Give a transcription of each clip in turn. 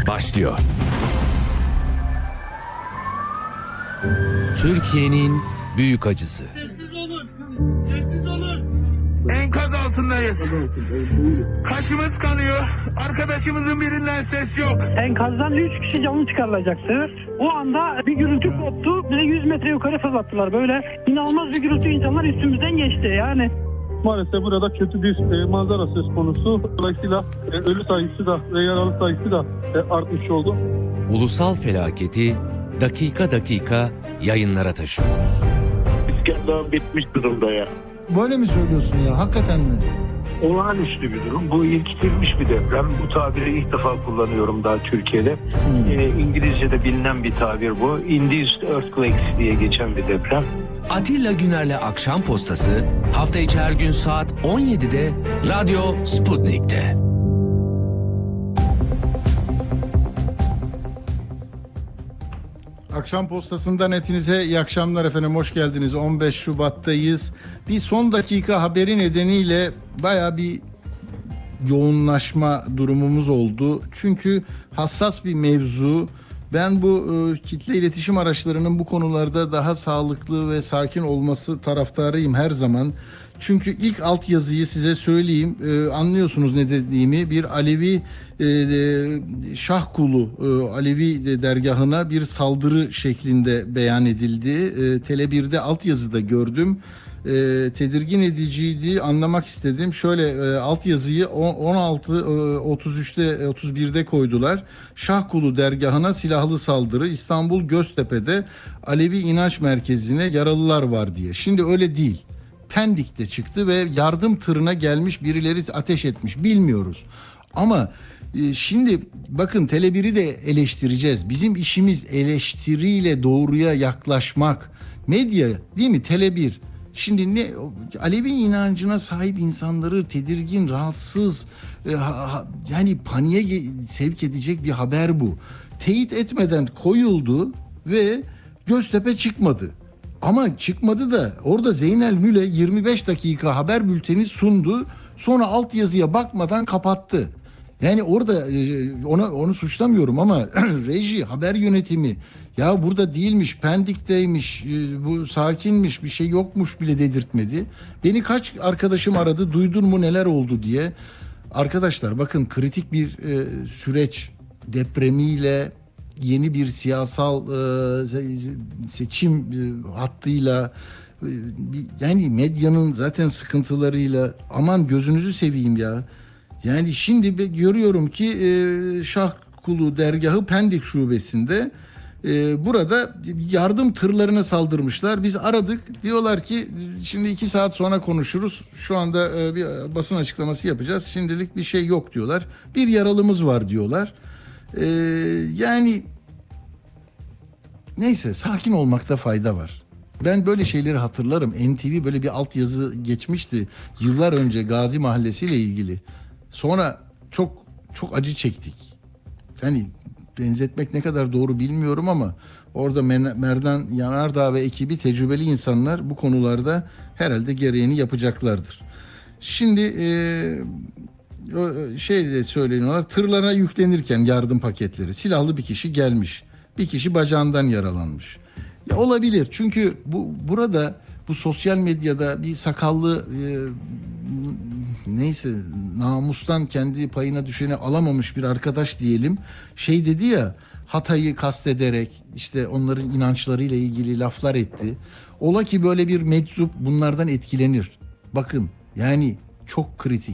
başlıyor. Türkiye'nin büyük acısı. Sessiz olun. Sessiz olun. Enkaz altındayız. Kaşımız kanıyor. Arkadaşımızın birinden ses yok. Enkazdan 3 kişi canlı çıkarılacaktı. O anda bir gürültü koptu. Bize 100 metre yukarı fırlattılar. Böyle inanılmaz bir gürültü, insanlar üstümüzden geçti yani. Maalesef burada kötü bir manzara söz konusu. Dolayısıyla ölü sayısı da ve yaralı sayısı da artmış oldu. Ulusal felaketi dakika dakika yayınlara taşıyoruz. İskender bitmiş durumda ya. Böyle mi söylüyorsun ya? Hakikaten mi? Olağanüstü bir durum. Bu irkilmiş bir deprem. Bu tabiri ilk defa kullanıyorum daha Türkiye'de. İngilizce'de bilinen bir tabir bu. Induced Earthquakes diye geçen bir deprem. Atilla Güner'le Akşam Postası hafta içi her gün saat 17'de Radyo Sputnik'te. Akşam postasından hepinize iyi akşamlar efendim. Hoş geldiniz. 15 Şubat'tayız. Bir son dakika haberi nedeniyle baya bir yoğunlaşma durumumuz oldu. Çünkü hassas bir mevzu. Ben bu kitle iletişim araçlarının bu konularda daha sağlıklı ve sakin olması taraftarıyım her zaman. Çünkü ilk altyazıyı size söyleyeyim, anlıyorsunuz ne dediğimi. Bir Alevi Şahkulu Alevi dergahına bir saldırı şeklinde beyan edildi. Tele1'de altyazıda gördüm. Tedirgin ediciydi, anlamak istedim. Şöyle altyazıyı 16.33'te 31'de koydular. Şahkulu dergahına silahlı saldırı, İstanbul Göztepe'de Alevi inanç merkezine yaralılar var diye. Şimdi öyle değil. Pendik'te çıktı ve yardım tırına gelmiş, birileri ateş etmiş, bilmiyoruz. Ama şimdi bakın, Tele1'i de eleştireceğiz. Bizim işimiz eleştiriyle doğruya yaklaşmak. Medya değil mi? Tele1. Şimdi ne, Alevi inancına sahip insanları tedirgin, rahatsız, yani paniğe sevk edecek bir haber bu. Teyit etmeden koyuldu ve Göztepe çıkmadı. Ama çıkmadı da orada Zeynel Müle 25 dakika haber bülteni sundu. Sonra altyazıya bakmadan kapattı. Yani orada onu suçlamıyorum ama reji, haber yönetimi, ya burada değilmiş, Pendik'teymiş, bu sakinmiş, bir şey yokmuş bile dedirtmedi. Beni kaç arkadaşım aradı, duydun mu neler oldu diye. Arkadaşlar bakın, kritik bir süreç, depremiyle, yeni bir siyasal seçim hattıyla, yani medyanın zaten sıkıntılarıyla, aman gözünüzü seveyim ya. Yani şimdi görüyorum ki Şahkulu dergahı Pendik şubesinde burada yardım tırlarına saldırmışlar. Biz aradık, diyorlar ki şimdi 2 saat sonra konuşuruz. Şu anda bir basın açıklaması yapacağız. Şimdilik bir şey yok diyorlar. Bir yaralımız var diyorlar. Yani neyse, sakin olmakta fayda var. Ben böyle şeyleri hatırlarım. NTV böyle bir altyazı geçmişti yıllar önce Gazi Mahallesi ile ilgili. Sonra çok acı çektik. Yani benzetmek ne kadar doğru bilmiyorum ama orada Merdan Yanardağ ve ekibi tecrübeli insanlar, bu konularda herhalde gereğini yapacaklardır. Şimdi de söyleniyorlar, tırlara yüklenirken yardım paketleri, silahlı bir kişi gelmiş. Bir kişi bacağından yaralanmış. Ya olabilir, çünkü burada bu sosyal medyada bir sakallı neyse, namustan kendi payına düşeni alamamış bir arkadaş diyelim, şey dedi ya, Hatay'ı kastederek işte onların inançlarıyla ilgili laflar etti. Ola ki böyle bir meczup bunlardan etkilenir. Bakın yani çok kritik.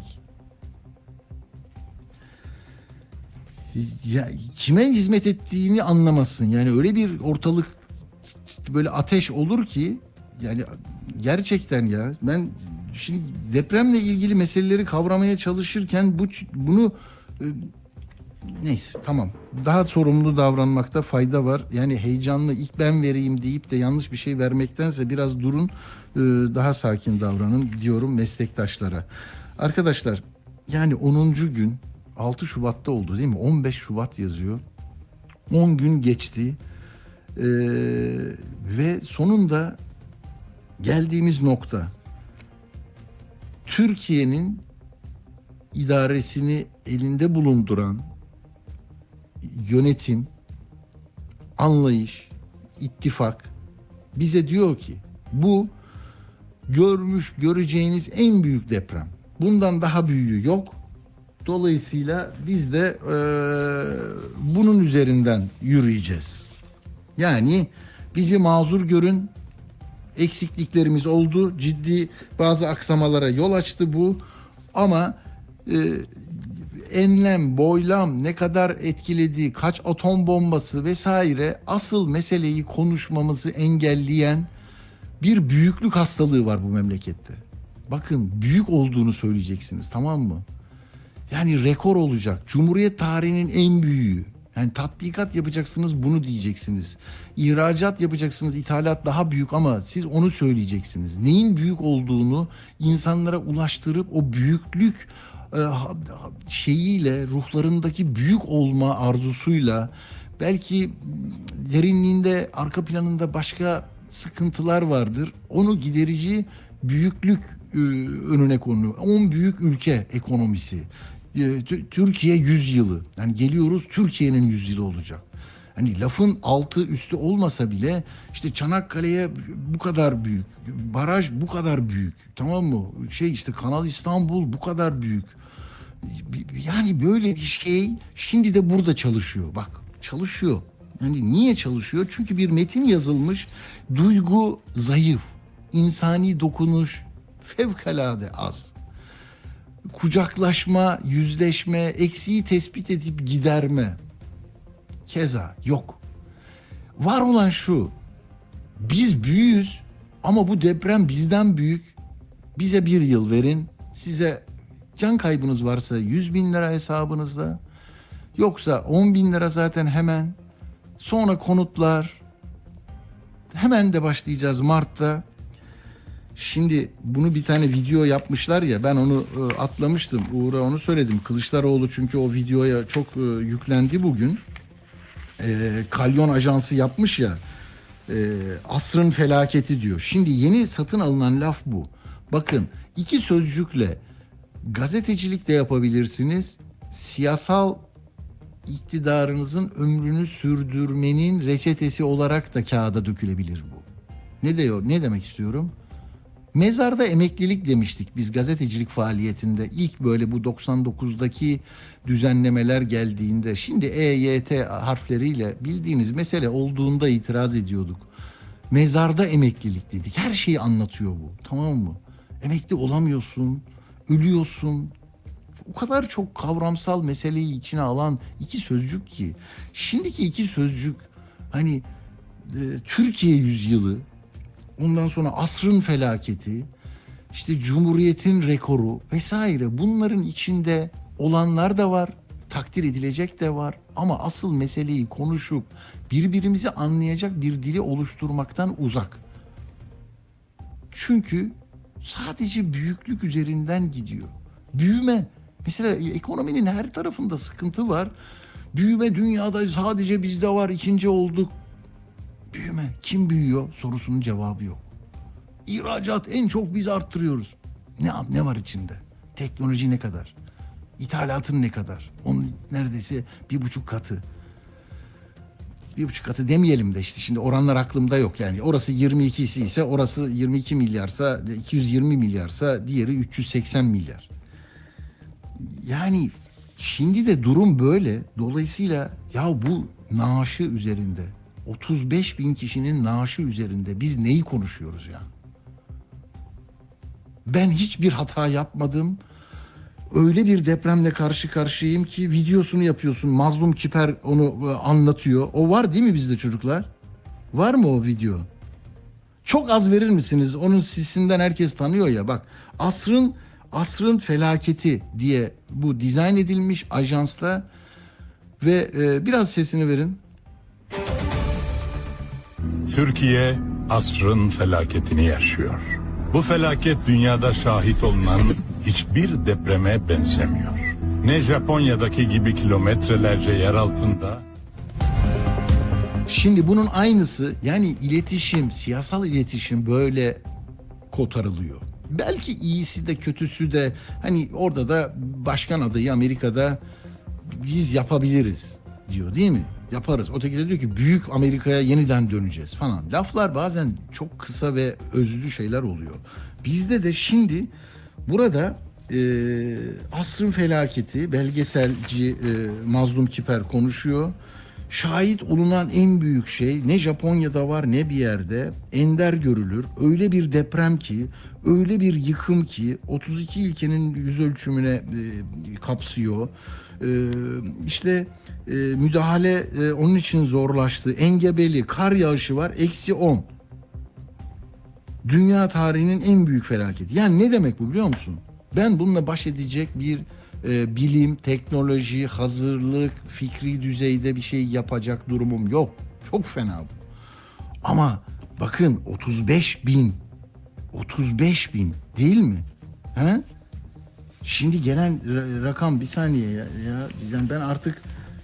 Ya kime hizmet ettiğini anlamazsın. Yani öyle bir ortalık böyle ateş olur ki, yani gerçekten ya, ben şimdi depremle ilgili meseleleri kavramaya çalışırken bunu neyse, tamam, daha sorumlu davranmakta fayda var. Yani heyecanlı ilk ben vereyim deyip de yanlış bir şey vermektense biraz durun, daha sakin davranın diyorum meslektaşlara. Arkadaşlar, yani 10. gün 6 Şubat'ta oldu değil mi? 15 Şubat yazıyor. 10 gün geçti. Ve sonunda geldiğimiz nokta, Türkiye'nin idaresini elinde bulunduran yönetim, anlayış, ittifak bize diyor ki bu göreceğiniz en büyük deprem. Bundan daha büyüğü yok. Dolayısıyla biz de bunun üzerinden yürüyeceğiz. Yani bizi mazur görün. Eksikliklerimiz oldu. Ciddi bazı aksamalara yol açtı bu. Ama enlem, boylam ne kadar etkiledi, kaç atom bombası vesaire asıl meseleyi konuşmamızı engelleyen bir büyüklük hastalığı var bu memlekette. Bakın büyük olduğunu söyleyeceksiniz, tamam mı? Yani rekor olacak. Cumhuriyet tarihinin en büyüğü. Yani tatbikat yapacaksınız, bunu diyeceksiniz. İhracat yapacaksınız, ithalat daha büyük ama siz onu söyleyeceksiniz. Neyin büyük olduğunu insanlara ulaştırıp o büyüklük şeyiyle, ruhlarındaki büyük olma arzusuyla, belki derinliğinde, arka planında başka sıkıntılar vardır. Onu giderici büyüklük önüne konuluyor. 10 büyük ülke ekonomisi. Türkiye 100 yılı. Yani geliyoruz, Türkiye'nin 100 yılı olacak. Hani lafın altı üstü olmasa bile işte Çanakkale'ye bu kadar büyük, baraj bu kadar büyük, tamam mı? İşte Kanal İstanbul bu kadar büyük. Yani böyle bir şey şimdi de burada çalışıyor. Bak çalışıyor. Yani niye çalışıyor? Çünkü bir metin yazılmış, duygu zayıf, insani dokunuş fevkalade az. Kucaklaşma, yüzleşme, eksiği tespit edip giderme keza yok. Var olan şu, biz büyüğüz ama bu deprem bizden büyük. Bize bir yıl verin, size can kaybınız varsa 100.000 lira hesabınızda, yoksa 10.000 lira zaten hemen, sonra konutlar, hemen de başlayacağız Mart'ta. Şimdi bunu bir tane video yapmışlar ya, ben onu atlamıştım. Uğur'a onu söyledim. Kılıçdaroğlu çünkü o videoya çok yüklendi bugün. Kalyon Ajansı yapmış ya, asrın felaketi diyor. Şimdi yeni satın alınan laf bu. Bakın 2 sözcükle gazetecilik de yapabilirsiniz. Siyasal iktidarınızın ömrünü sürdürmenin reçetesi olarak da kağıda dökülebilir bu. Ne diyor? Ne demek istiyorum? Mezarda emeklilik demiştik biz gazetecilik faaliyetinde. İlk böyle bu 99'daki düzenlemeler geldiğinde, şimdi EYT harfleriyle bildiğiniz mesele olduğunda itiraz ediyorduk. Mezarda emeklilik dedik. Her şeyi anlatıyor bu. Tamam mı? Emekli olamıyorsun, ölüyorsun. O kadar çok kavramsal meseleyi içine alan 2 sözcük ki. Şimdiki 2 sözcük hani Türkiye yüzyılı, ondan sonra asrın felaketi, işte Cumhuriyet'in rekoru vesaire, bunların içinde olanlar da var, takdir edilecek de var. Ama asıl meseleyi konuşup birbirimizi anlayacak bir dili oluşturmaktan uzak. Çünkü sadece büyüklük üzerinden gidiyor. Büyüme, mesela ekonominin her tarafında sıkıntı var. Büyüme dünyada sadece bizde var, ikinci olduk. Büyüme, kim büyüyor sorusunun cevabı yok. İhracat en çok biz arttırıyoruz. Ne var içinde? Teknoloji ne kadar? İthalatın ne kadar? Onun neredeyse 1,5 katı. 1,5 katı demeyelim de işte şimdi oranlar aklımda yok yani. Orası 22'si ise, orası 22 milyarsa, 220 milyarsa diğeri 380 milyar. Yani şimdi de durum böyle. Dolayısıyla ya bu naaşı üzerinde, 35.000 kişinin naaşı üzerinde biz neyi konuşuyoruz ya? Ben hiçbir hata yapmadım. Öyle bir depremle karşı karşıyayım ki videosunu yapıyorsun. Mazlum Kiper onu anlatıyor. O var değil mi bizde çocuklar? Var mı o video? Çok az verir misiniz? Onun sesinden herkes tanıyor ya. Bak, asrın felaketi diye bu dizayn edilmiş ajansla ve biraz sesini verin. Türkiye asrın felaketini yaşıyor. Bu felaket dünyada şahit olunan hiçbir depreme benzemiyor. Ne Japonya'daki gibi kilometrelerce yer altında. Şimdi bunun aynısı, yani iletişim, siyasal iletişim böyle kotarılıyor. Belki iyisi de kötüsü de, hani orada da başkan adayı Amerika'da biz yapabiliriz. diyor değil mi? Yaparız. Öteki de diyor ki büyük Amerika'ya yeniden döneceğiz falan. Laflar bazen çok kısa ve özlü şeyler oluyor. Bizde de şimdi burada asrın felaketi belgeselci Mazlum Kiper konuşuyor. Şahit olunan en büyük şey ne Japonya'da var ne bir yerde ender görülür. Öyle bir deprem ki, öyle bir yıkım ki 32 ilkenin yüz ölçümüne kapsıyor. İşte müdahale onun için zorlaştı. Engebeli kar yağışı var -10. Dünya tarihinin en büyük felaketi. Yani ne demek bu biliyor musun? Ben bununla baş edecek bir bilim, teknoloji, hazırlık, fikri düzeyde bir şey yapacak durumum yok. Çok fena bu. Ama bakın 35 bin değil mi? He? Şimdi gelen rakam bir saniye ya. Yani ben artık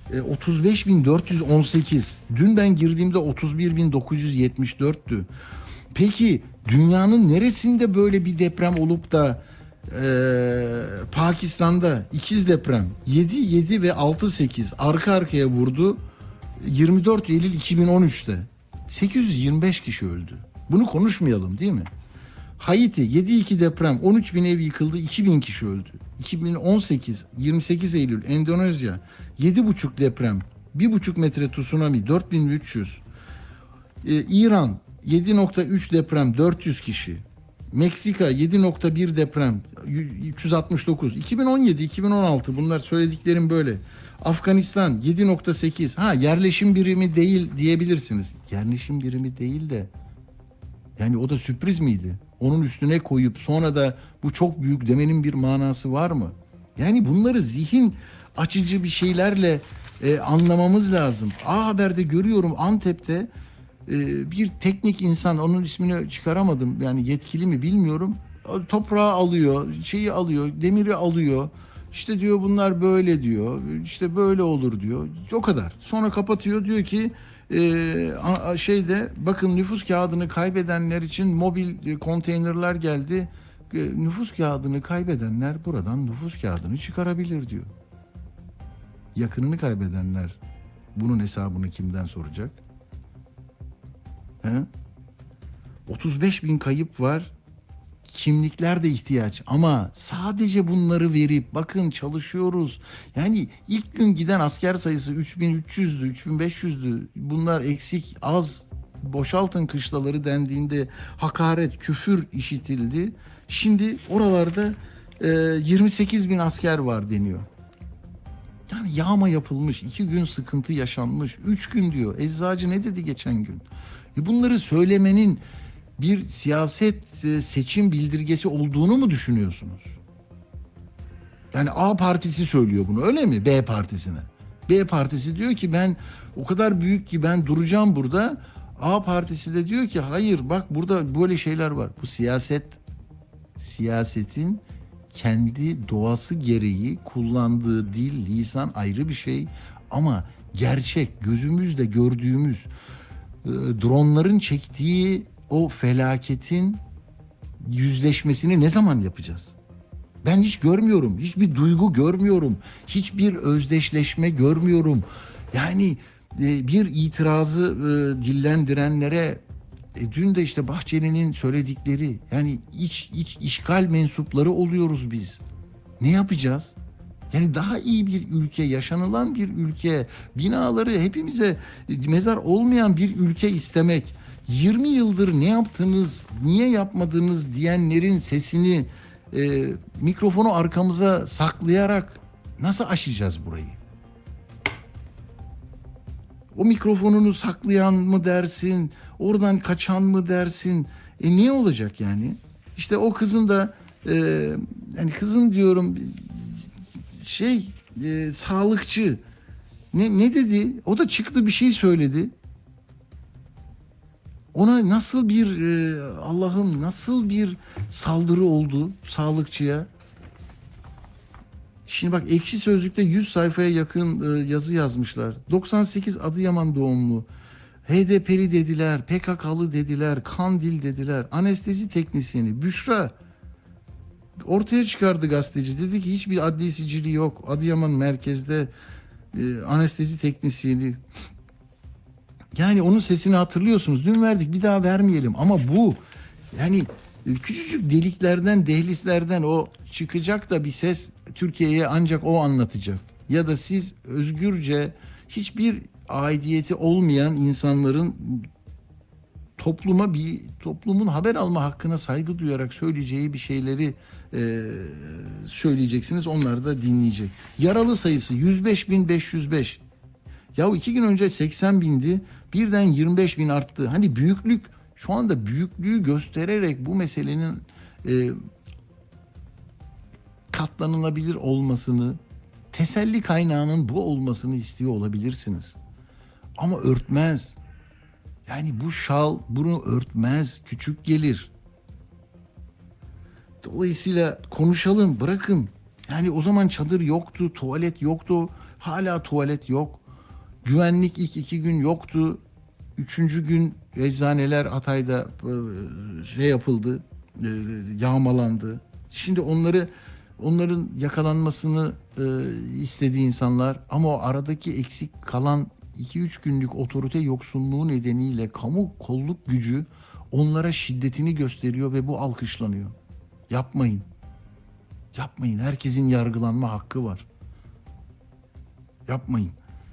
35.418. Dün ben girdiğimde 31.974'tü. Peki dünyanın neresinde böyle bir deprem olup da Pakistan'da ikiz deprem 7 ve 6-8 arka arkaya vurdu 24 Eylül 2013'te 825 kişi öldü. Bunu konuşmayalım değil mi? Haiti 7-2 deprem 13.000 ev yıkıldı 2.000 kişi öldü. 2018 28 Eylül Endonezya 7,5 deprem 1,5 metre tsunami 4300. İran 7,3 deprem 400 kişi. Meksika 7,1 deprem 369. 2017-2016 bunlar söylediklerim böyle. Afganistan 7,8. Yerleşim birimi değil diyebilirsiniz. Yerleşim birimi değil de yani o da sürpriz miydi? Onun üstüne koyup sonra da bu çok büyük demenin bir manası var mı? Yani bunları zihin açıcı bir şeylerle anlamamız lazım. A Haber'de görüyorum Antep'te bir teknik insan, onun ismini çıkaramadım yani yetkili mi bilmiyorum, toprağı alıyor, şeyi alıyor, demiri alıyor, işte diyor bunlar böyle diyor, işte böyle olur diyor, o kadar. Sonra kapatıyor, diyor ki bakın nüfus kağıdını kaybedenler için mobil konteynerler geldi, nüfus kağıdını kaybedenler buradan nüfus kağıdını çıkarabilir diyor. Yakınını kaybedenler bunun hesabını kimden soracak? 35 bin kayıp var. Kimlikler de ihtiyaç ama sadece bunları verip bakın çalışıyoruz. Yani ilk gün giden asker sayısı 3300'dü, 3500'dü. Bunlar eksik, az, boşaltın kışlaları dendiğinde hakaret, küfür işitildi. Şimdi oralarda 28 bin asker var deniyor. Yani yağma yapılmış, 2 gün sıkıntı yaşanmış, 3 gün diyor. Eczacı ne dedi geçen gün? Bunları söylemenin bir siyaset seçim bildirgesi olduğunu mu düşünüyorsunuz? Yani A partisi söylüyor bunu, öyle mi? B partisine. B partisi diyor ki ben o kadar büyük ki ben duracağım burada. A partisi de diyor ki hayır bak burada böyle şeyler var. Bu siyasetin kendi doğası gereği kullandığı dil, lisan ayrı bir şey. Ama gerçek, gözümüzle gördüğümüz dronların çektiği o felaketin yüzleşmesini ne zaman yapacağız? Ben hiç görmüyorum. Hiçbir duygu görmüyorum. Hiçbir özdeşleşme görmüyorum. Yani bir itirazı dillendirenlere dün de işte Bahçeli'nin söyledikleri, yani iç işgal mensupları oluyoruz biz. Ne yapacağız? Yani daha iyi bir ülke, yaşanılan bir ülke, binaları hepimize mezar olmayan bir ülke istemek, 20 yıldır ne yaptınız, niye yapmadınız diyenlerin sesini mikrofonu arkamıza saklayarak nasıl aşacağız burayı? O mikrofonunu saklayan mı dersin, oradan kaçan mı dersin? Niye olacak yani? İşte o kızın da yani kızın diyorum sağlıkçı ne dedi? O da çıktı bir şey söyledi. Ona nasıl bir Allah'ım nasıl bir saldırı oldu sağlıkçıya? Şimdi bak Ekşi Sözlük'te 100 sayfaya yakın yazı yazmışlar. 98 Adıyaman doğumlu. HDP'li dediler, PKK'lı dediler, Kandil dediler, anestezi teknisyeni Büşra ortaya çıkardı gazeteci. Dedi ki hiçbir adli sicili yok. Adıyaman merkezde anestezi teknisyeni. Yani onun sesini hatırlıyorsunuz. Dün verdik, bir daha vermeyelim. Ama bu yani küçücük deliklerden, dehlizlerden o çıkacak da bir ses Türkiye'ye ancak o anlatacak. Ya da siz özgürce hiçbir aidiyeti olmayan insanların toplumun haber alma hakkına saygı duyarak söyleyeceği bir şeyleri söyleyeceksiniz. Onlar da dinleyecek. Yaralı sayısı 105.505. Ya 2 gün önce 80.000'di. Birden 25.000 arttı. Hani büyüklük, şu anda büyüklüğü göstererek bu meselenin katlanılabilir olmasını, teselli kaynağının bu olmasını istiyor olabilirsiniz. Ama örtmez. Yani bu şal bunu örtmez, küçük gelir. Dolayısıyla konuşalım, bırakın. Yani o zaman çadır yoktu, tuvalet yoktu, hala tuvalet yok. Güvenlik ilk 2 gün yoktu. 3. gün eczaneler Hatay'da yapıldı, yağmalandı. Şimdi onların yakalanmasını istedi insanlar. Ama o aradaki eksik kalan 2-3 günlük otorite yoksunluğu nedeniyle kamu kolluk gücü onlara şiddetini gösteriyor ve bu alkışlanıyor. Yapmayın. Yapmayın. Herkesin yargılanma hakkı var. Yapmayın.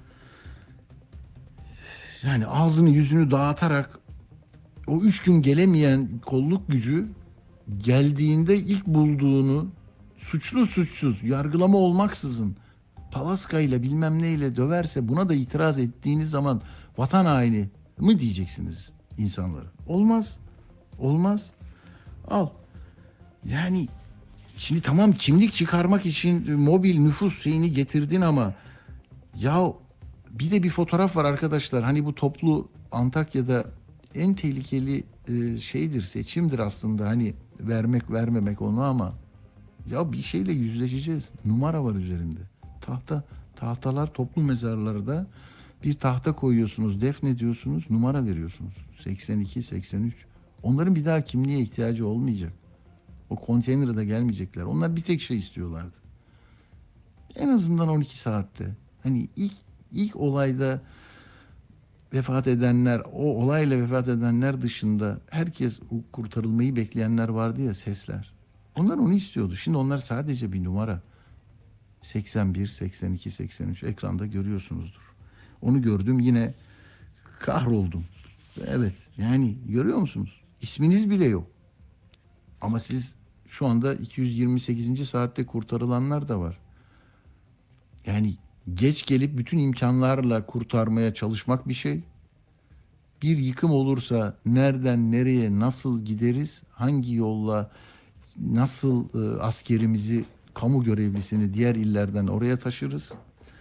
Yani ağzını yüzünü dağıtarak o 3 gün gelemeyen kolluk gücü geldiğinde ilk bulduğunu suçlu suçsuz yargılama olmaksızın palaskayla bilmem neyle döverse, buna da itiraz ettiğiniz zaman vatan haini mi diyeceksiniz insanlara? Olmaz. Olmaz. Al. Yani şimdi tamam, kimlik çıkarmak için mobil nüfus şeyini getirdin ama ya bir de bir fotoğraf var arkadaşlar. Hani bu toplu Antakya'da en tehlikeli şeydir, seçimdir aslında. Hani vermemek onu, ama ya bir şeyle yüzleşeceğiz. Numara var üzerinde. Tahtalar, toplu mezarlarda bir tahta koyuyorsunuz, defnediyorsunuz, numara veriyorsunuz. 82, 83. Onların bir daha kimliğe ihtiyacı olmayacak. O konteynere de gelmeyecekler. Onlar bir tek şey istiyorlardı. En azından 12 saatte. Hani ilk olayda vefat edenler, o olayla vefat edenler dışında herkes kurtarılmayı bekleyenler vardı ya, sesler. Onlar onu istiyordu. Şimdi onlar sadece bir numara. 81, 82, 83 ekranda görüyorsunuzdur. Onu gördüm, yine kahroldum. Evet, yani görüyor musunuz? İsminiz bile yok. Ama siz şu anda 228. saatte kurtarılanlar da var. Yani geç gelip bütün imkanlarla kurtarmaya çalışmak bir şey. Bir yıkım olursa nereden nereye nasıl gideriz? Hangi yolla nasıl askerimizi, kamu görevlisini diğer illerden oraya taşırız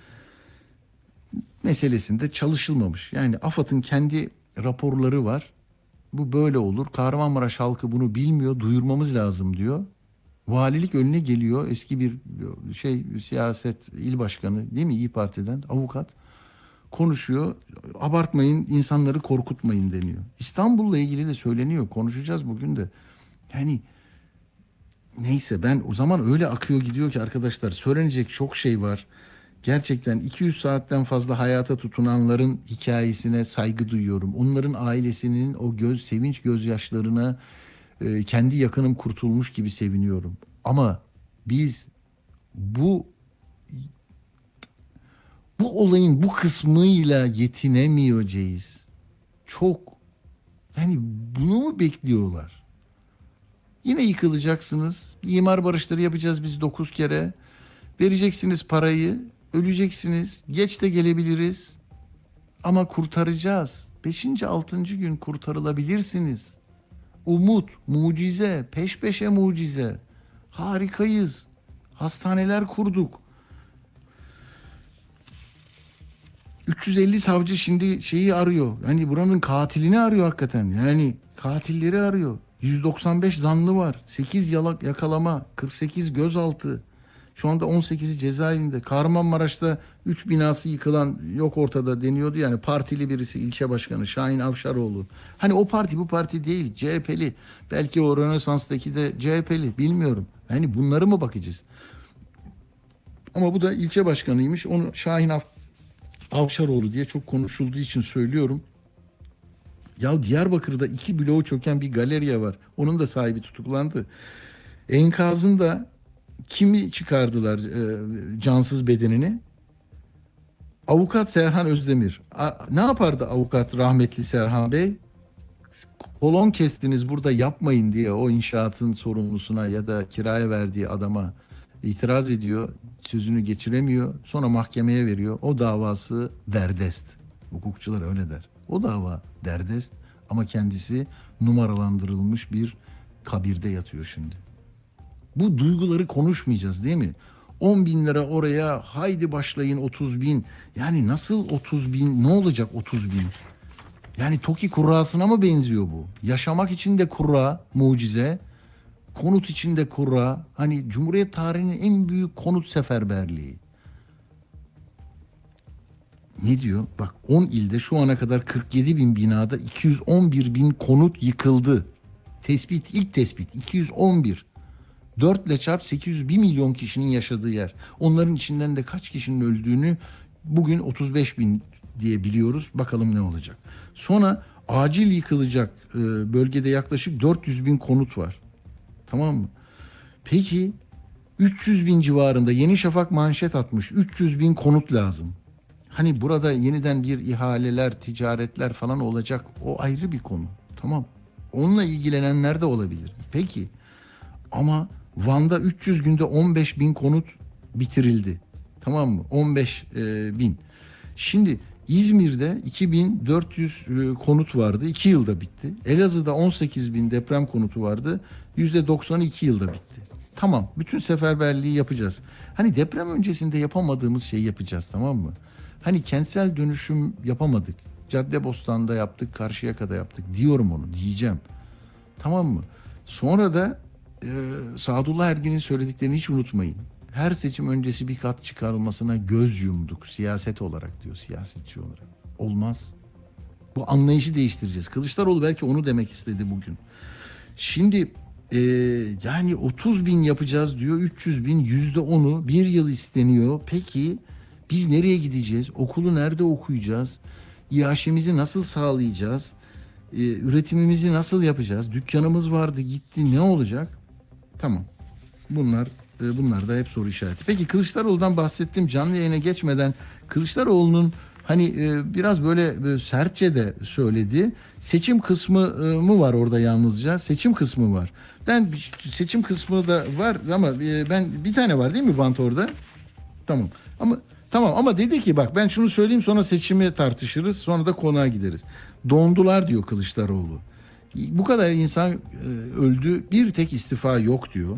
meselesinde çalışılmamış. Yani AFAD'ın kendi raporları var. Bu böyle olur. Kahramanmaraş halkı bunu bilmiyor. Duyurmamız lazım diyor. Valilik önüne geliyor. Eski bir siyaset il başkanı değil mi? İYİ Parti'den avukat konuşuyor. Abartmayın, insanları korkutmayın deniyor. İstanbul'la ilgili de söyleniyor. Konuşacağız bugün de. Yani neyse, ben o zaman öyle akıyor gidiyor ki arkadaşlar, söylenecek çok şey var. Gerçekten 200 saatten fazla hayata tutunanların hikayesine saygı duyuyorum. Onların ailesinin o sevinç gözyaşlarına kendi yakınım kurtulmuş gibi seviniyorum. Ama biz bu olayın bu kısmıyla yetinemeyeceğiz. Çok. Yani bunu mu bekliyorlar? Yine yıkılacaksınız. İmar barışları yapacağız biz 9 kere. Vereceksiniz parayı. Öleceksiniz. Geç de gelebiliriz. Ama kurtaracağız. 5. 6. gün kurtarılabilirsiniz. Umut, mucize, peş peşe mucize. Harikayız. Hastaneler kurduk. 350 savcı şimdi şeyi arıyor. Yani buranın katilini arıyor hakikaten. Yani katilleri arıyor. 195 zanlı var. 8 yakalama, 48 gözaltı. Şu anda 18'i cezaevinde. Kahramanmaraş'ta 3 binası yıkılan yok ortada deniyordu. Yani partili birisi, ilçe başkanı Şahin Avşaroğlu. Hani o parti bu parti değil. CHP'li. Belki o Rönesans'taki de CHP'li. Bilmiyorum. Hani bunları mı bakacağız? Ama bu da ilçe başkanıymış. Onu Şahin Avşaroğlu diye çok konuşulduğu için söylüyorum. Ya Diyarbakır'da 2 bloğu çöken bir galeriya var. Onun da sahibi tutuklandı. Enkazında kimi çıkardılar cansız bedenini? Avukat Serhan Özdemir. Ne yapardı avukat rahmetli Serhan Bey? Kolon kestiniz burada yapmayın diye o inşaatın sorumlusuna ya da kiraya verdiği adama itiraz ediyor. Sözünü geçiremiyor. Sonra mahkemeye veriyor. O davası derdest. Hukukçular öyle der. O dava derdest ama kendisi numaralandırılmış bir kabirde yatıyor şimdi. Bu duyguları konuşmayacağız değil mi? 10 bin lira oraya, haydi başlayın 30 bin. Yani nasıl 30 bin, ne olacak 30 bin? Yani TOKİ kurrasına mı benziyor bu? Yaşamak için de kurra, mucize. Konut için de kurra. Hani Cumhuriyet tarihinin en büyük konut seferberliği. Ne diyor? Bak 10 ilde şu ana kadar 47 bin binada 211 bin konut yıkıldı. İlk tespit 211. 4 ile çarp 800, 1 milyon kişinin yaşadığı yer. Onların içinden de kaç kişinin öldüğünü bugün 35 bin diye biliyoruz. Bakalım ne olacak. Sonra acil yıkılacak bölgede yaklaşık 400 bin konut var. Tamam mı? Peki 300 bin civarında Yeni Şafak manşet atmış. 300 bin konut lazım. Hani burada yeniden bir ihaleler, ticaretler falan olacak. O ayrı bir konu. Tamam. Onunla ilgilenenler de olabilir. Peki. Ama Van'da 300 günde 15 bin konut bitirildi. Tamam mı? 15 bin. Şimdi İzmir'de 2400 konut vardı. 2 yılda bitti. Elazığ'da 18 bin deprem konutu vardı. %90'ı 2 yılda bitti. Tamam. Bütün seferberliği yapacağız. Hani deprem öncesinde yapamadığımız şeyi yapacağız, tamam mı? Hani kentsel dönüşüm yapamadık. Caddebostan'da yaptık, Karşıyaka'da yaptık. Diyorum onu, diyeceğim. Tamam mı? Sonra da Sadullah Ergin'in söylediklerini hiç unutmayın. Her seçim öncesi bir kat çıkarılmasına göz yumduk siyaset olarak diyor, siyasetçi olarak. Olmaz. Bu anlayışı değiştireceğiz. Kılıçdaroğlu belki onu demek istedi bugün. Şimdi yani 30 bin yapacağız diyor, 300 bin, %10'u bir yıl isteniyor. Peki biz nereye gideceğiz? Okulu nerede okuyacağız? İAŞ'imizi nasıl sağlayacağız? Üretimimizi nasıl yapacağız? Dükkanımız vardı gitti, ne olacak? Tamam. Bunlar da hep soru işareti. Peki Kılıçdaroğlu'dan bahsettim. Canlı yayına geçmeden Kılıçdaroğlu'nun hani biraz böyle sertçe de söyledi. Seçim kısmı mı var orada yalnızca? Seçim kısmı var. Seçim kısmı da var ama ben bir tane var değil mi bant orada? Tamam ama dedi ki bak ben şunu söyleyeyim sonra seçimi tartışırız sonra da konuğa gideriz. Dondular diyor Kılıçdaroğlu. Bu kadar insan öldü bir tek istifa yok diyor.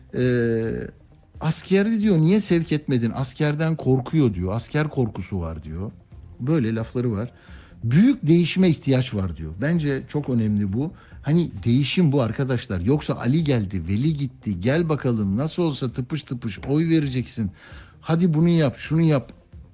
Askeri diyor niye sevk etmedin? Askerden korkuyor diyor. Asker korkusu var diyor. Böyle lafları var. Büyük değişime ihtiyaç var diyor. Bence çok önemli bu. Hani değişim bu arkadaşlar. Yoksa Ali geldi, Veli gitti. Gel bakalım nasıl olsa tıpış tıpış oy vereceksin. Hadi bunu yap, şunu yap.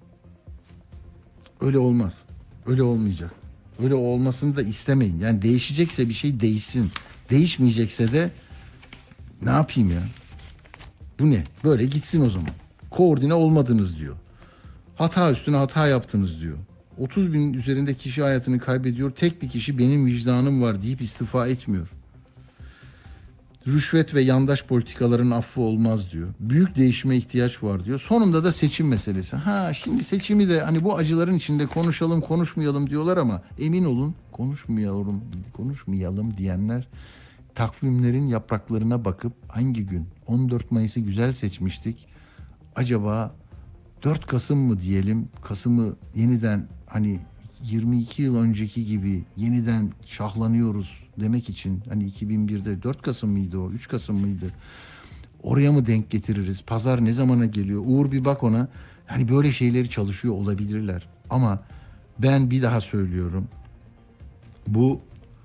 Öyle olmaz. Öyle olmayacak. Öyle olmasını da istemeyin. Yani değişecekse bir şey değişsin. Değişmeyecekse de ne yapayım ya? Bu ne? Böyle gitsin o zaman. Koordine olmadınız diyor. Hata üstüne hata yaptınız diyor. 30 bin üzerinde kişi hayatını kaybediyor. Tek bir kişi benim vicdanım var deyip istifa etmiyor. Rüşvet ve yandaş politikaların affı olmaz diyor. Büyük değişime ihtiyaç var diyor. Sonunda da seçim meselesi. Şimdi seçimi de hani bu acıların içinde konuşalım konuşmayalım diyorlar ama emin olun konuşmayalım diyenler takvimlerin yapraklarına bakıp hangi gün 14 Mayıs'ı güzel seçmiştik. Acaba 4 Kasım mı diyelim? Kasım'ı yeniden hani 22 yıl önceki gibi yeniden şahlanıyoruz demek için hani 2001'de 4 Kasım mıydı o? 3 Kasım mıydı? Oraya mı denk getiririz? Pazar ne zamana geliyor? Uğur bir bak ona. Hani böyle şeyleri çalışıyor olabilirler. Ama ben bir daha söylüyorum. Bu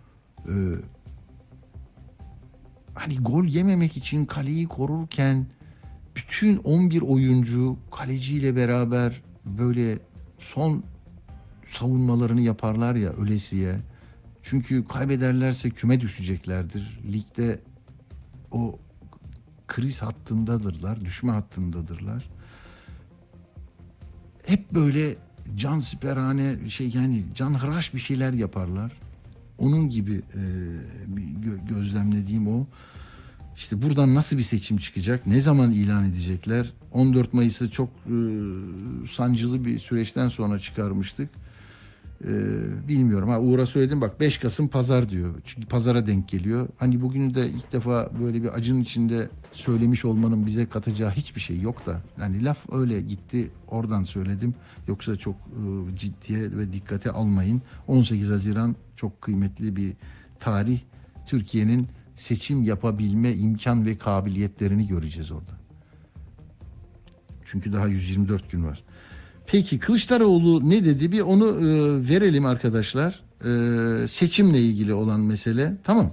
hani gol yememek için kaleyi korurken bütün 11 oyuncu kaleciyle beraber böyle son savunmalarını yaparlar ya ölesiye. Çünkü kaybederlerse küme düşeceklerdir. Ligde o kriz hattındadırlar, düşme hattındadırlar. Hep böyle cansiperhane yani canhıraş bir şeyler yaparlar. Onun gibi gözlemlediğim o. İşte buradan nasıl bir seçim çıkacak? Ne zaman ilan edecekler? 14 Mayıs'ı çok sancılı bir süreçten sonra çıkarmıştık. Bilmiyorum. Uğur'a söyledim, bak 5 Kasım pazar diyor. Çünkü pazara denk geliyor. Hani bugünü de ilk defa böyle bir acının içinde söylemiş olmanın bize katacağı hiçbir şey yok da. Yani laf öyle gitti, oradan söyledim. Yoksa çok ciddiye ve dikkate almayın. 18 Haziran çok kıymetli bir tarih. Türkiye'nin seçim yapabilme imkan ve kabiliyetlerini göreceğiz orada. Çünkü daha 124 gün var. Peki Kılıçdaroğlu ne dedi? Bir onu verelim arkadaşlar. Seçimle ilgili olan mesele. Tamam.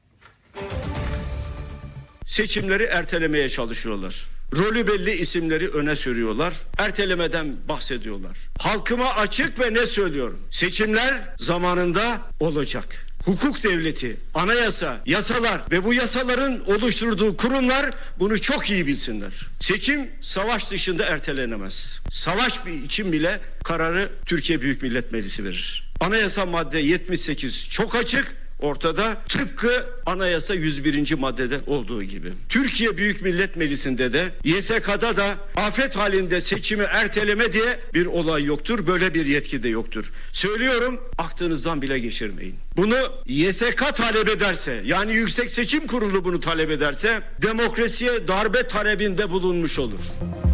Seçimleri ertelemeye çalışıyorlar. Rolü belli isimleri öne sürüyorlar. Ertelemeden bahsediyorlar. Halkıma açık ve ne söylüyorum? Seçimler zamanında olacak. Hukuk devleti, anayasa, yasalar ve bu yasaların oluşturduğu kurumlar bunu çok iyi bilsinler. Seçim savaş dışında ertelenemez. Savaş için bile kararı Türkiye Büyük Millet Meclisi verir. Anayasa madde 78 çok açık. Ortada, tıpkı anayasa 101. maddede olduğu gibi. Türkiye Büyük Millet Meclisi'nde de YSK'da da afet halinde seçimi erteleme diye bir olay yoktur. Böyle bir yetki de yoktur. Söylüyorum, aklınızdan bile geçirmeyin. Bunu YSK talep ederse, yani Yüksek Seçim Kurulu bunu talep ederse demokrasiye darbe talebinde bulunmuş olur.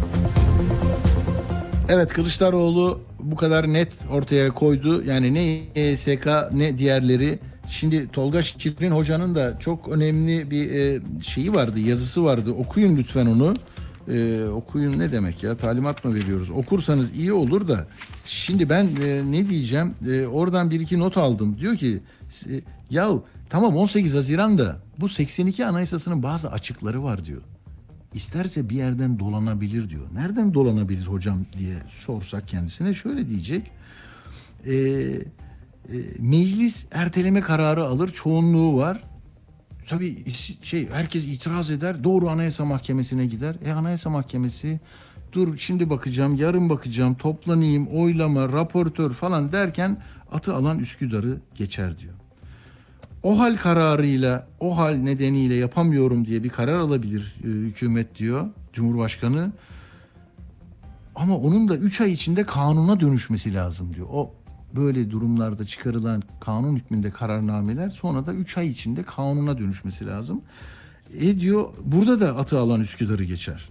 Evet, Kılıçdaroğlu bu kadar net ortaya koydu. Yani ne YSK ne diğerleri. Şimdi Tolga Şirin Hoca'nın da çok önemli bir şeyi vardı, yazısı vardı. Okuyun lütfen onu. Okuyun ne demek ya? Talimat mı veriyoruz? Okursanız iyi olur da. Şimdi ben ne diyeceğim? Oradan bir iki not aldım. Diyor ki yahu tamam 18 Haziran'da bu 82 Anayasası'nın bazı açıkları var diyor. İsterse bir yerden dolanabilir diyor. Nereden dolanabilir hocam diye sorsak kendisine şöyle diyecek. Meclis erteleme kararı alır, çoğunluğu var. Tabii herkes itiraz eder, doğru Anayasa Mahkemesi'ne gider. Anayasa Mahkemesi dur şimdi bakacağım, yarın bakacağım, toplanayım, oylama, raportör falan derken atı alan Üsküdar'ı geçer diyor. O hal kararıyla, o hal nedeniyle yapamıyorum diye bir karar alabilir hükümet diyor Cumhurbaşkanı. Ama onun da 3 ay içinde kanuna dönüşmesi lazım diyor. O böyle durumlarda çıkarılan kanun hükmünde kararnameler sonra da 3 ay içinde kanuna dönüşmesi lazım. Diyor burada da atı alan Üsküdar'ı geçer.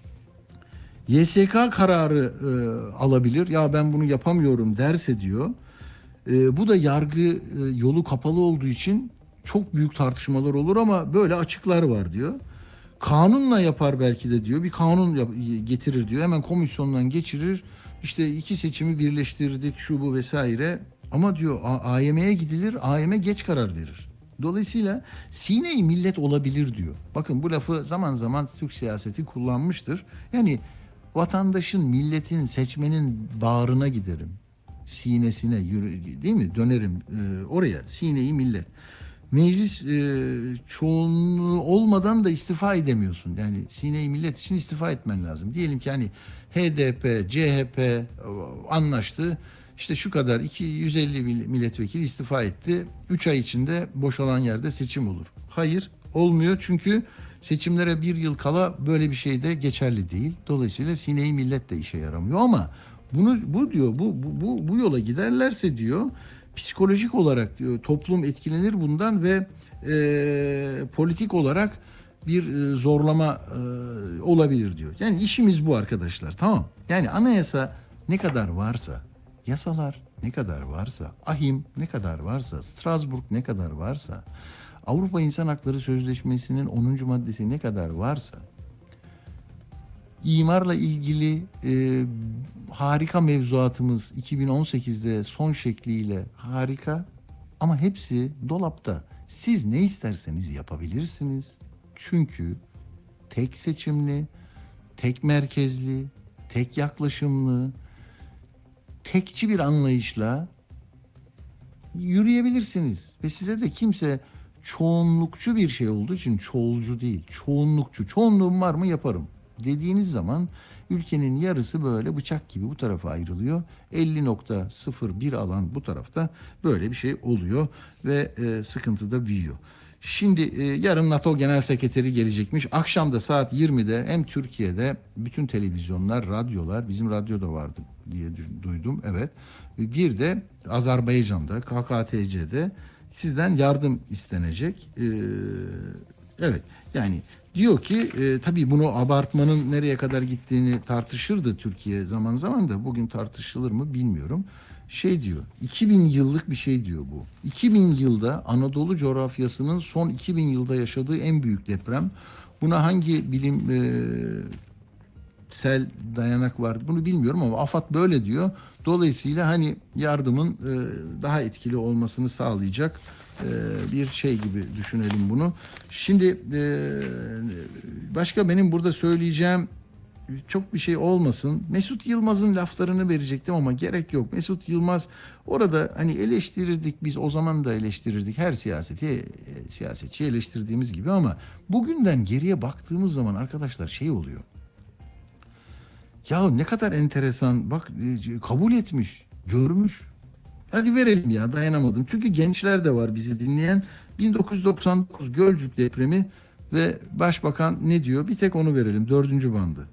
YSK kararı alabilir. Ya ben bunu yapamıyorum derse diyor. Bu da yargı yolu kapalı olduğu için çok büyük tartışmalar olur ama böyle açıklar var diyor. Kanunla yapar belki de diyor. Bir kanun getirir diyor. Hemen komisyondan geçirir. İşte iki seçimi birleştirdik şu bu vesaire. Ama diyor AYM'ye gidilir. AYM geç karar verir. Dolayısıyla sine-i millet olabilir diyor. Bakın bu lafı zaman zaman Türk siyaseti kullanmıştır. Yani vatandaşın, milletin, seçmenin bağrına giderim. Sinesine değil mi? Dönerim oraya. Sine-i millet. Meclis çoğunluğu olmadan da istifa edemiyorsun. Yani sine-i millet için istifa etmen lazım. Diyelim ki hani HDP, CHP anlaştı. İşte şu kadar 250 milletvekili istifa etti. 3 ay içinde boşalan yerde seçim olur. Hayır, olmuyor çünkü seçimlere bir yıl kala böyle bir şey de geçerli değil. Dolayısıyla sine-i millet de işe yaramıyor ama bu diyor bu yola giderlerse diyor psikolojik olarak diyor, toplum etkilenir bundan ve politik olarak bir zorlama olabilir diyor. Yani işimiz bu arkadaşlar, tamam. Yani anayasa ne kadar varsa, yasalar ne kadar varsa, ahim ne kadar varsa, Strasbourg ne kadar varsa, Avrupa İnsan Hakları Sözleşmesi'nin 10. maddesi ne kadar varsa, İmarla ilgili harika mevzuatımız 2018'de son şekliyle harika ama hepsi dolapta. Siz ne isterseniz yapabilirsiniz. Çünkü tek seçimli, tek merkezli, tek yaklaşımlı, tekçi bir anlayışla yürüyebilirsiniz. Ve size de kimse çoğunlukçu bir şey olduğu için çoğulcu değil, çoğunlukçu. Çoğunluğum var mı yaparım dediğiniz zaman ülkenin yarısı böyle bıçak gibi bu tarafa ayrılıyor. 50.01 alan bu tarafta böyle bir şey oluyor ve sıkıntı da büyüyor. Şimdi yarın NATO Genel Sekreteri gelecekmiş. Akşam da saat 20'de hem Türkiye'de bütün televizyonlar, radyolar, bizim radyoda vardı diye duydum. Evet. Bir de Azerbaycan'da, KKTC'de sizden yardım istenecek. Evet. Yani diyor ki tabii bunu abartmanın nereye kadar gittiğini tartışırdı Türkiye zaman zaman da bugün tartışılır mı bilmiyorum. Şey diyor, 2000 yıllık bir şey diyor bu. 2000 yılda Anadolu coğrafyasının son 2000 yılda yaşadığı en büyük deprem. Buna hangi bilimsel dayanak var bunu bilmiyorum ama AFAD böyle diyor. Dolayısıyla hani yardımın daha etkili olmasını sağlayacak bir şey gibi düşünelim bunu. Şimdi başka benim burada söyleyeceğim çok bir şey olmasın. Mesut Yılmaz'ın laflarını verecektim ama gerek yok. Mesut Yılmaz orada hani eleştirirdik biz o zaman da eleştirirdik. Her siyasetçi eleştirdiğimiz gibi ama bugünden geriye baktığımız zaman arkadaşlar şey oluyor. Ya ne kadar enteresan bak kabul etmiş, görmüş. Hadi verelim ya dayanamadım. Çünkü gençler de var bizi dinleyen. 1999 Gölcük depremi ve başbakan ne diyor? Bir tek onu verelim 4. bandı.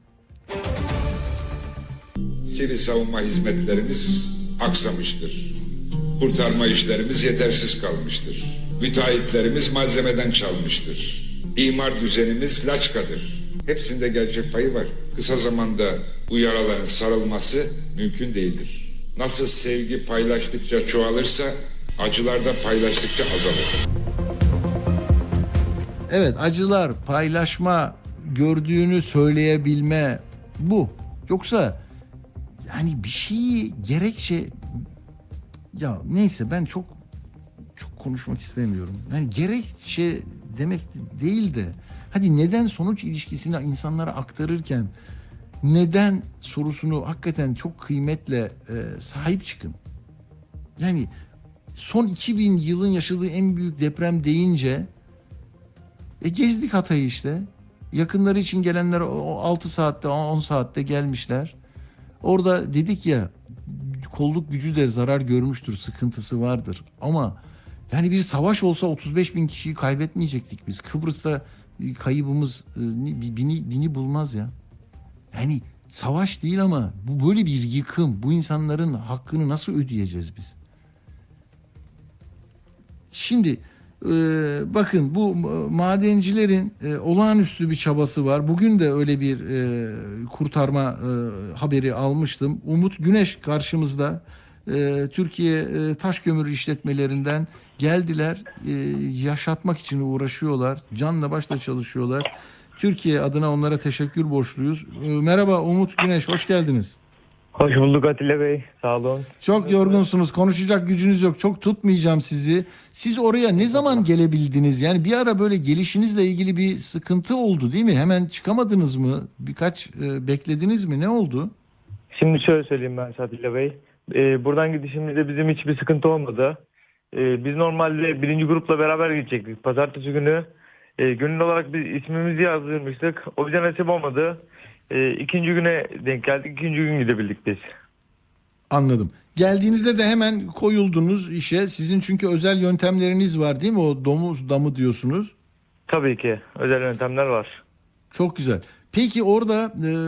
Sivil savunma hizmetlerimiz aksamıştır. Kurtarma işlerimiz yetersiz kalmıştır. Müteahhitlerimiz malzemeden çalmıştır. İmar düzenimiz laçkadır. Hepsinde gerçek payı var. Kısa zamanda bu yaraların sarılması mümkün değildir. Nasıl sevgi paylaştıkça çoğalırsa, acılar da paylaştıkça azalır. Evet, acılar, paylaşma, gördüğünü söyleyebilme bu. Yoksa yani bir şeyi gerekçe ya neyse ben çok konuşmak istemiyorum. Yani gerekçe demek değil de hadi neden sonuç ilişkisini insanlara aktarırken neden sorusunu hakikaten çok kıymetle sahip çıkın. Yani son 2000 yılın yaşadığı en büyük deprem deyince gezdik Hatay'ı işte. Yakınları için gelenler 6 saatte 10 saatte gelmişler. Orada dedik ya kolluk gücü de zarar görmüştür, sıkıntısı vardır. Ama yani bir savaş olsa 35 bin kişiyi kaybetmeyecektik biz. Kıbrıs'ta kaybımız bini bulmaz ya. Yani savaş değil ama bu böyle bir yıkım. Bu insanların hakkını nasıl ödeyeceğiz biz? Şimdi bakın bu madencilerin olağanüstü bir çabası var. Bugün de öyle bir kurtarma haberi almıştım. Umut Güneş karşımızda. Türkiye taş kömür işletmelerinden geldiler. Yaşatmak için uğraşıyorlar. Canla başla çalışıyorlar. Türkiye adına onlara teşekkür borçluyuz. Merhaba Umut Güneş, hoş geldiniz. Hoş bulduk Atilla Bey, sağ olun. Çok yorgunsunuz, konuşacak gücünüz yok. Çok tutmayacağım sizi. Siz oraya ne zaman gelebildiniz? Yani bir ara böyle gelişinizle ilgili bir sıkıntı oldu değil mi? Hemen çıkamadınız mı? Birkaç beklediniz mi? Ne oldu? Şimdi şöyle söyleyeyim ben Atilla Bey. Buradan gidişimizde bizim hiçbir sıkıntı olmadı. Biz normalde 1. grupla beraber gidecektik. Pazartesi günü gönüllü olarak biz ismimizi yazdırmıştık. O bize nasip olmadı. 2. güne denk geldik. 2. gün gidebildik biz. Anladım. Geldiğinizde de hemen koyuldunuz işe. Sizin çünkü özel yöntemleriniz var değil mi? O domuz damı diyorsunuz. Tabii ki. Özel yöntemler var. Çok güzel. Peki orada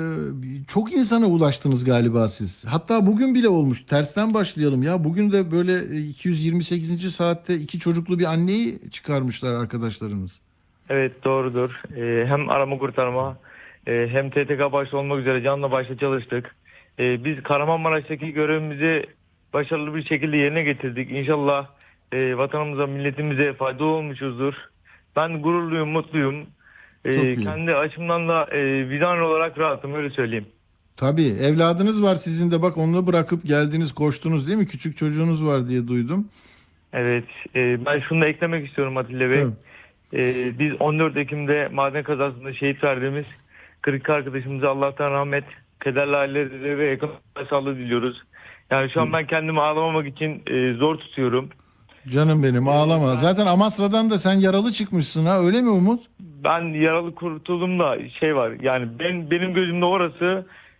çok insana ulaştınız galiba siz. Hatta bugün bile olmuş. Tersten başlayalım ya. Bugün de böyle 228. saatte 2 çocuklu bir anneyi çıkarmışlar arkadaşlarınız. Evet doğrudur. Hem arama kurtarma hem TTK başta olmak üzere canla başla çalıştık. Biz Kahramanmaraş'taki görevimizi başarılı bir şekilde yerine getirdik. İnşallah vatanımıza, milletimize faydalı olmuşuzdur. Ben gururluyum, mutluyum. Kendi açımdan da vicdan olarak rahatım, öyle söyleyeyim. Tabii evladınız var sizin de, bak onu bırakıp geldiniz, koştunuz değil mi? Küçük çocuğunuz var diye duydum. Evet, ben şunu da eklemek istiyorum Atilla Bey. Biz 14 Ekim'de maden kazasında şehit verdiğimiz 42 arkadaşımıza Allah'tan rahmet, kederli ailelerine ve ekonomik sağlığı diliyoruz. Yani şu an ben kendimi ağlamamak için zor tutuyorum. Canım benim ağlama. Zaten Amasra'dan da sen yaralı çıkmışsın ha, öyle mi Umut? Ben yaralı kurtuldum da şey var yani benim gözümde orası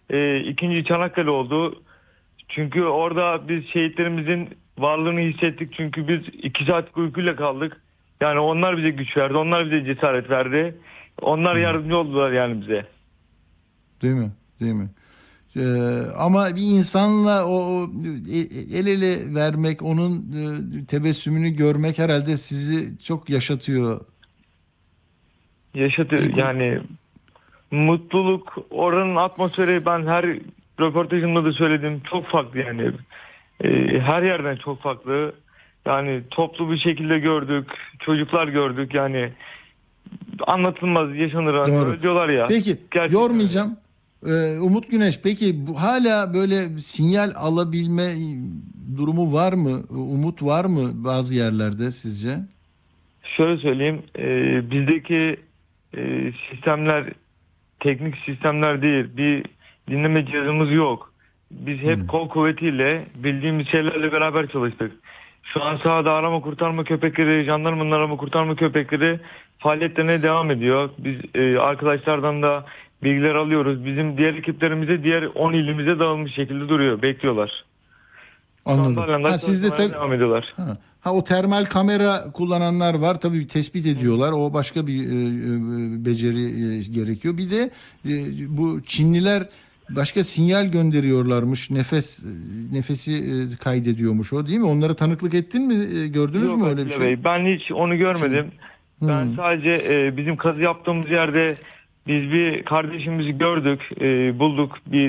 ikinci Çanakkale oldu. Çünkü orada biz şehitlerimizin varlığını hissettik. Çünkü biz 2 saatlik uykuyla kaldık. Yani onlar bize güç verdi. Onlar bize cesaret verdi. Onlar yardımcı oldular yani bize. Değil mi? Değil mi? Ama bir insanla o el ele vermek, onun tebessümünü görmek herhalde sizi çok yaşatıyor. Yaşatıyor yani, mutluluk, oranın atmosferi, ben her röportajımda da söyledim, çok farklı yani. Her yerden çok farklı. Yani toplu bir şekilde gördük, çocuklar gördük yani, anlatılmaz, yaşanır. Öyle diyorlar ya. Peki, Gerçekten yormayacağım. Umut Güneş, peki hala böyle sinyal alabilme durumu var mı? Umut var mı bazı yerlerde sizce? Şöyle söyleyeyim, bizdeki sistemler teknik sistemler değil, bir dinleme cihazımız yok. Biz hep kol kuvvetiyle, bildiğimiz şeylerle beraber çalıştık. Şu an sahada arama kurtarma köpekleri, jandarmanın arama kurtarma köpekleri faaliyetlerine devam ediyor. Biz arkadaşlardan da bilgiler alıyoruz. Bizim diğer ekiplerimize, diğer 10 ilimize dağılmış şekilde duruyor, bekliyorlar. Anladım. Ha, siz de devam ediyorlar. O termal kamera kullananlar var. Tabii tespit ediyorlar. O başka bir beceri gerekiyor. Bir de bu Çinliler başka sinyal gönderiyorlarmış. Nefesi kaydediyormuş o, değil mi? Onlara tanıklık ettin mi? Gördünüz mü öyle bir şey? Bey, ben hiç onu görmedim. Ben sadece bizim kazı yaptığımız yerde biz bir kardeşimizi gördük, bulduk. Bir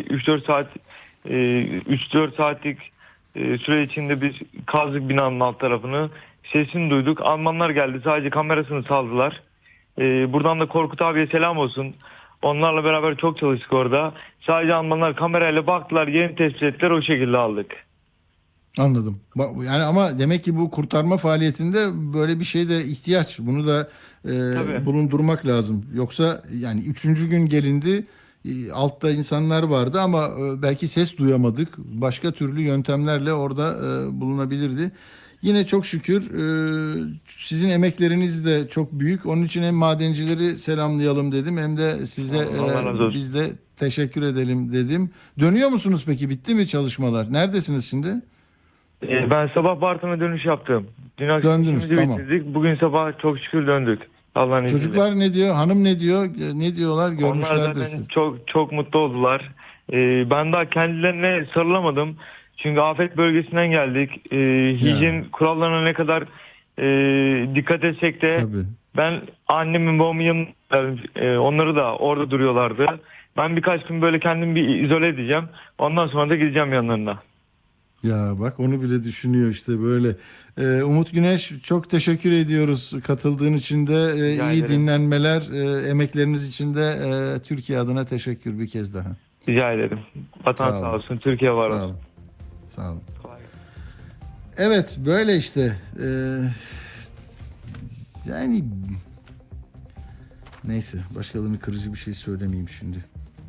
3-4 saatlik süre içinde biz kazdık binanın alt tarafını. Sesini duyduk. Almanlar geldi. Sadece kamerasını saldılar. Buradan da Korkut abiye selam olsun. Onlarla beraber çok çalıştık orada. Sadece Almanlar kamerayla baktılar, yerini tespit ettiler, o şekilde aldık. Anladım. Yani ama demek ki bu kurtarma faaliyetinde böyle bir şeye ihtiyaç. Bunu da bulundurmak lazım. Yoksa yani 3. gün gelindi. Altta insanlar vardı ama belki ses duyamadık. Başka türlü yöntemlerle orada bulunabilirdi. Yine çok şükür sizin emekleriniz de çok büyük. Onun için hem madencileri selamlayalım dedim, hem de size biz de teşekkür edelim dedim. Dönüyor musunuz peki? Bitti mi çalışmalar? Neredesiniz şimdi? Ben sabah Bartın'a dönüş yaptım. Dün akşam bitirdik. Bugün sabah çok şükür döndük. Allah'ın izniyle. Çocuklar ne diyor? Hanım ne diyor? Ne diyorlar? Görmüşlerdir Onlar zaten sizi. çok mutlu oldular. Ben daha kendilerine sarılamadım. Çünkü afet bölgesinden geldik. Hijyen kurallarına ne kadar dikkat etsek de ben annemin babamın yanında, onları da orada duruyorlardı. Ben birkaç gün böyle kendimi bir izole edeceğim. Ondan sonra da gideceğim yanlarına. Ya bak, onu bile düşünüyor işte böyle. Umut Güneş, çok teşekkür ediyoruz katıldığın için de. İyi dinlenmeler, emekleriniz için de Türkiye adına teşekkür bir kez daha. Rica ederim. Vatan sağ olsun, Türkiye var olsun. Sağ olun. Evet, böyle işte. Yani neyse, başkalarını kırıcı bir şey söylemeyeyim şimdi.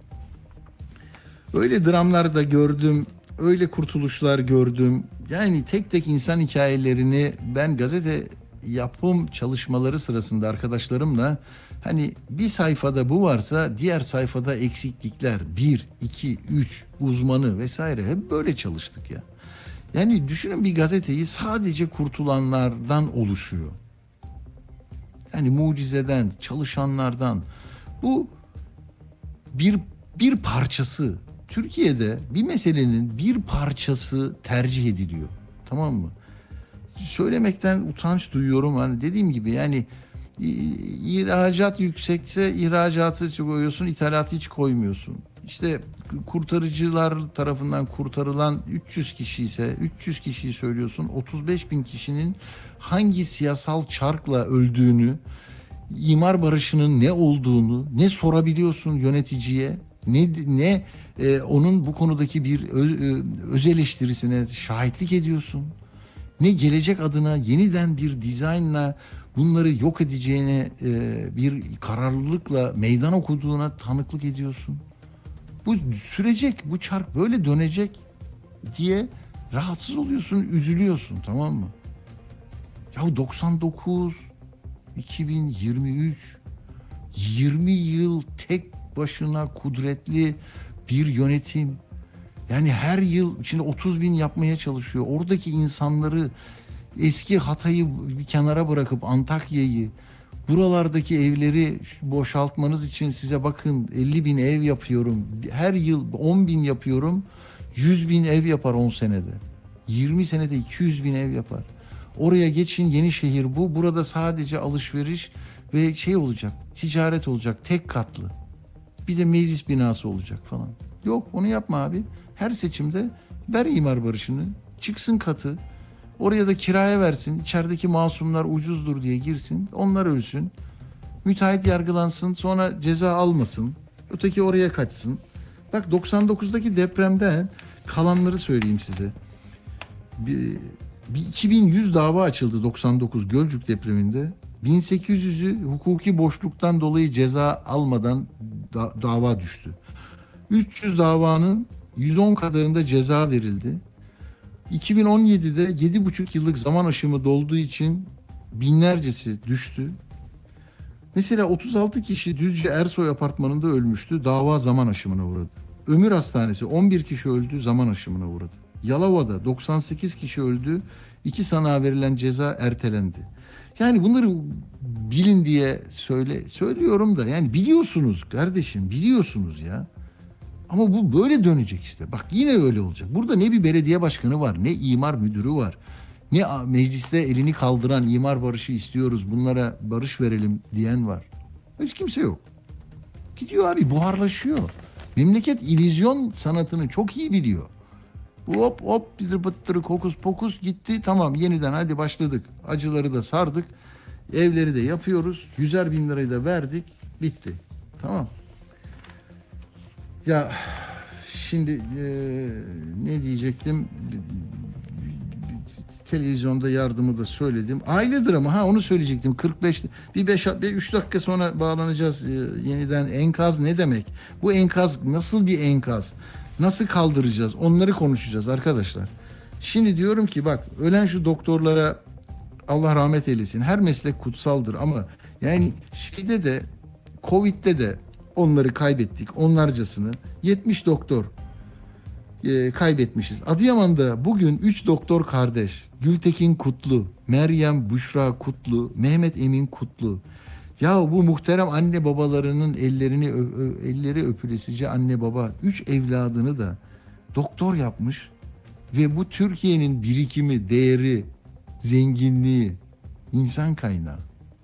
Öyle dramlar da gördüm. Öyle kurtuluşlar gördüm. Yani tek tek insan hikayelerini ben gazete yapım çalışmaları sırasında arkadaşlarımla, hani bir sayfada bu varsa diğer sayfada eksiklikler, 1, 2, 3 uzmanı vesaire, hep böyle çalıştık ya. Yani düşünün, bir gazeteyi sadece kurtulanlardan oluşuyor. Yani mucizeden, çalışanlardan. Bu bir parçası. Türkiye'de bir meselenin bir parçası tercih ediliyor. Tamam mı? Söylemekten utanç duyuyorum. Hani dediğim gibi, yani ihracat yüksekse ihracatı koyuyorsun, ithalatı hiç koymuyorsun. İşte kurtarıcılar tarafından kurtarılan 300 kişi ise 300 kişiyi söylüyorsun. 35 bin kişinin hangi siyasal çarkla öldüğünü, imar barışının ne olduğunu ne sorabiliyorsun yöneticiye, ne onun bu konudaki bir öz eleştirisine şahitlik ediyorsun. Ne gelecek adına yeniden bir dizaynla bunları yok edeceğine bir kararlılıkla meydan okuduğuna tanıklık ediyorsun. Bu sürecek, bu çark böyle dönecek diye rahatsız oluyorsun, üzülüyorsun, tamam mı? Ya 99, 2023, 20 yıl tek başına kudretli bir yönetim. Yani her yıl içinde 30 bin yapmaya çalışıyor. Oradaki insanları, eski Hatay'ı bir kenara bırakıp Antakya'yı, buralardaki evleri boşaltmanız için size bakın 50 bin ev yapıyorum. Her yıl 10 bin yapıyorum. 100 bin ev yapar 10 senede. 20 senede 200 bin ev yapar. Oraya geçin, yeni şehir bu. Burada sadece alışveriş ve şey olacak, ticaret olacak, tek katlı. Bir de meclis binası olacak falan. Yok, onu yapma abi. Her seçimde ver imar barışını, çıksın katı. Oraya da kiraya versin. İçerideki masumlar ucuzdur diye girsin. Onlar ölsün. Müteahhit yargılansın. Sonra ceza almasın. Öteki oraya kaçsın. Bak 99'daki depremden kalanları söyleyeyim size. Bir 2100 dava açıldı 99 Gölcük depreminde. 1800'ü hukuki boşluktan dolayı ceza almadan dava düştü. 300 davanın 110 kadarında ceza verildi. 2017'de 7,5 yıllık zaman aşımı dolduğu için binlercesi düştü. Mesela 36 kişi Düzce Ersoy apartmanında ölmüştü. Dava zaman aşımına uğradı. Ömür Hastanesi 11 kişi öldü, zaman aşımına uğradı. Yalova'da 98 kişi öldü. 2 sanığa verilen ceza ertelendi. Yani bunları bilin diye söylüyorum da yani biliyorsunuz kardeşim, biliyorsunuz ya. Ama bu böyle dönecek işte. Bak yine öyle olacak. Burada ne bir belediye başkanı var, ne imar müdürü var. Ne mecliste elini kaldıran imar barışı istiyoruz, bunlara barış verelim diyen var. Hiç kimse yok. Gidiyor abi, buharlaşıyor. Memleket illüzyon sanatını çok iyi biliyor. Hop hop bidir bıttırı kokus pokus gitti. Tamam, yeniden hadi başladık. Acıları da sardık. Evleri de yapıyoruz. 100'er bin lirayı da verdik. Bitti. Tamam. Ya şimdi ne diyecektim? Televizyonda yardımı da söyledim. Aile dramı, onu söyleyecektim. 45 3 dakika sonra bağlanacağız yeniden. Enkaz ne demek? Bu enkaz nasıl bir enkaz? Nasıl kaldıracağız? Onları konuşacağız arkadaşlar. Şimdi diyorum ki bak, ölen şu doktorlara Allah rahmet eylesin. Her meslek kutsaldır ama yani şeyde de, Covid'de de onları kaybettik. Onlarcasını. 70 doktor kaybetmişiz. Adıyaman'da bugün 3 doktor kardeş. Gültekin Kutlu, Meryem Büşra Kutlu, Mehmet Emin Kutlu. Ya bu muhterem anne babalarının elleri öpülesice anne baba 3 evladını da doktor yapmış ve bu Türkiye'nin birikimi, değeri, zenginliği, insan kaynağı.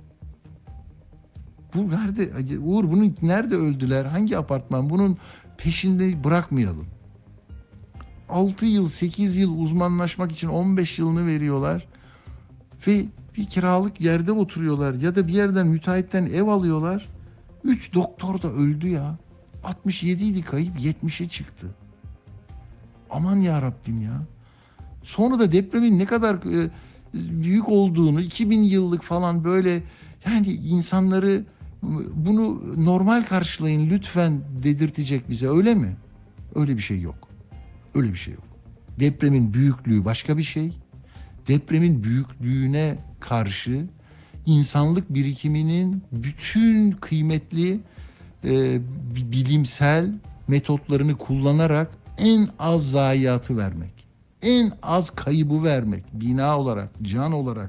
Bu nerede? Uğur, bunun nerede öldüler? Hangi apartman? Bunun peşinde bırakmayalım. 6 yıl, 8 yıl uzmanlaşmak için 15 yılını veriyorlar ve bir kiralık yerde oturuyorlar ya da bir yerden, müteahhitten ev alıyorlar. 3 doktor da öldü ya. 67 idi kayıp, 70'e çıktı. Aman ya Rabbim ya. Sonra da depremin ne kadar büyük olduğunu, 2000 yıllık falan böyle, yani insanları bunu normal karşılayın lütfen dedirtecek bize, öyle mi? Öyle bir şey yok. Öyle bir şey yok. Depremin büyüklüğü başka bir şey. Depremin büyüklüğüne karşı insanlık birikiminin bütün kıymetli bilimsel metotlarını kullanarak en az zayiatı vermek. En az kaybı vermek. Bina olarak, can olarak.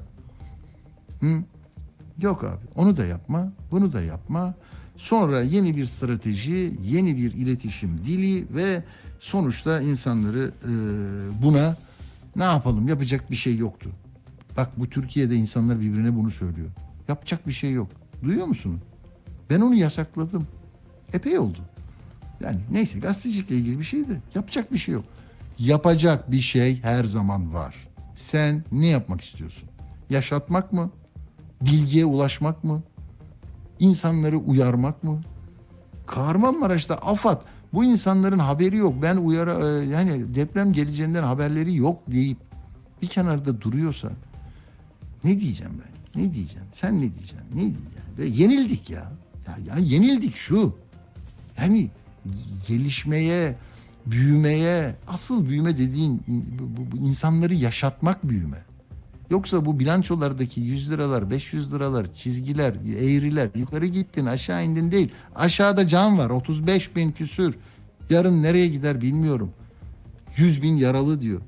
Yok abi. Onu da yapma. Bunu da yapma. Sonra yeni bir strateji, yeni bir iletişim dili ve sonuçta insanları buna ne yapalım? Yapacak bir şey yoktu. Bak, bu Türkiye'de insanlar birbirine bunu söylüyor. Yapacak bir şey yok. Duyuyor musunuz? Ben onu yasakladım. Epey oldu. Yani neyse, gazetecilikle ilgili bir şeydi. Yapacak bir şey yok. Yapacak bir şey her zaman var. Sen ne yapmak istiyorsun? Yaşatmak mı? Bilgiye ulaşmak mı? İnsanları uyarmak mı? Kahramanmaraş'ta AFAD, bu insanların haberi yok. Ben yani deprem geleceğinden haberleri yok deyip bir kenarda duruyorsa ne diyeceğim ben? Ne diyeceğim? Sen ne diyeceksin? Ne diyeceksin? Ve yenildik ya. Ya yenildik şu. Yani gelişmeye, büyümeye, asıl büyüme dediğin bu insanları yaşatmak büyüme. Yoksa bu bilançolardaki 100 liralar, 500 liralar, çizgiler, eğriler, yukarı gittin, aşağı indin değil. Aşağıda can var, 35 bin küsür. Yarın nereye gider bilmiyorum. 100.000 yaralı diyor.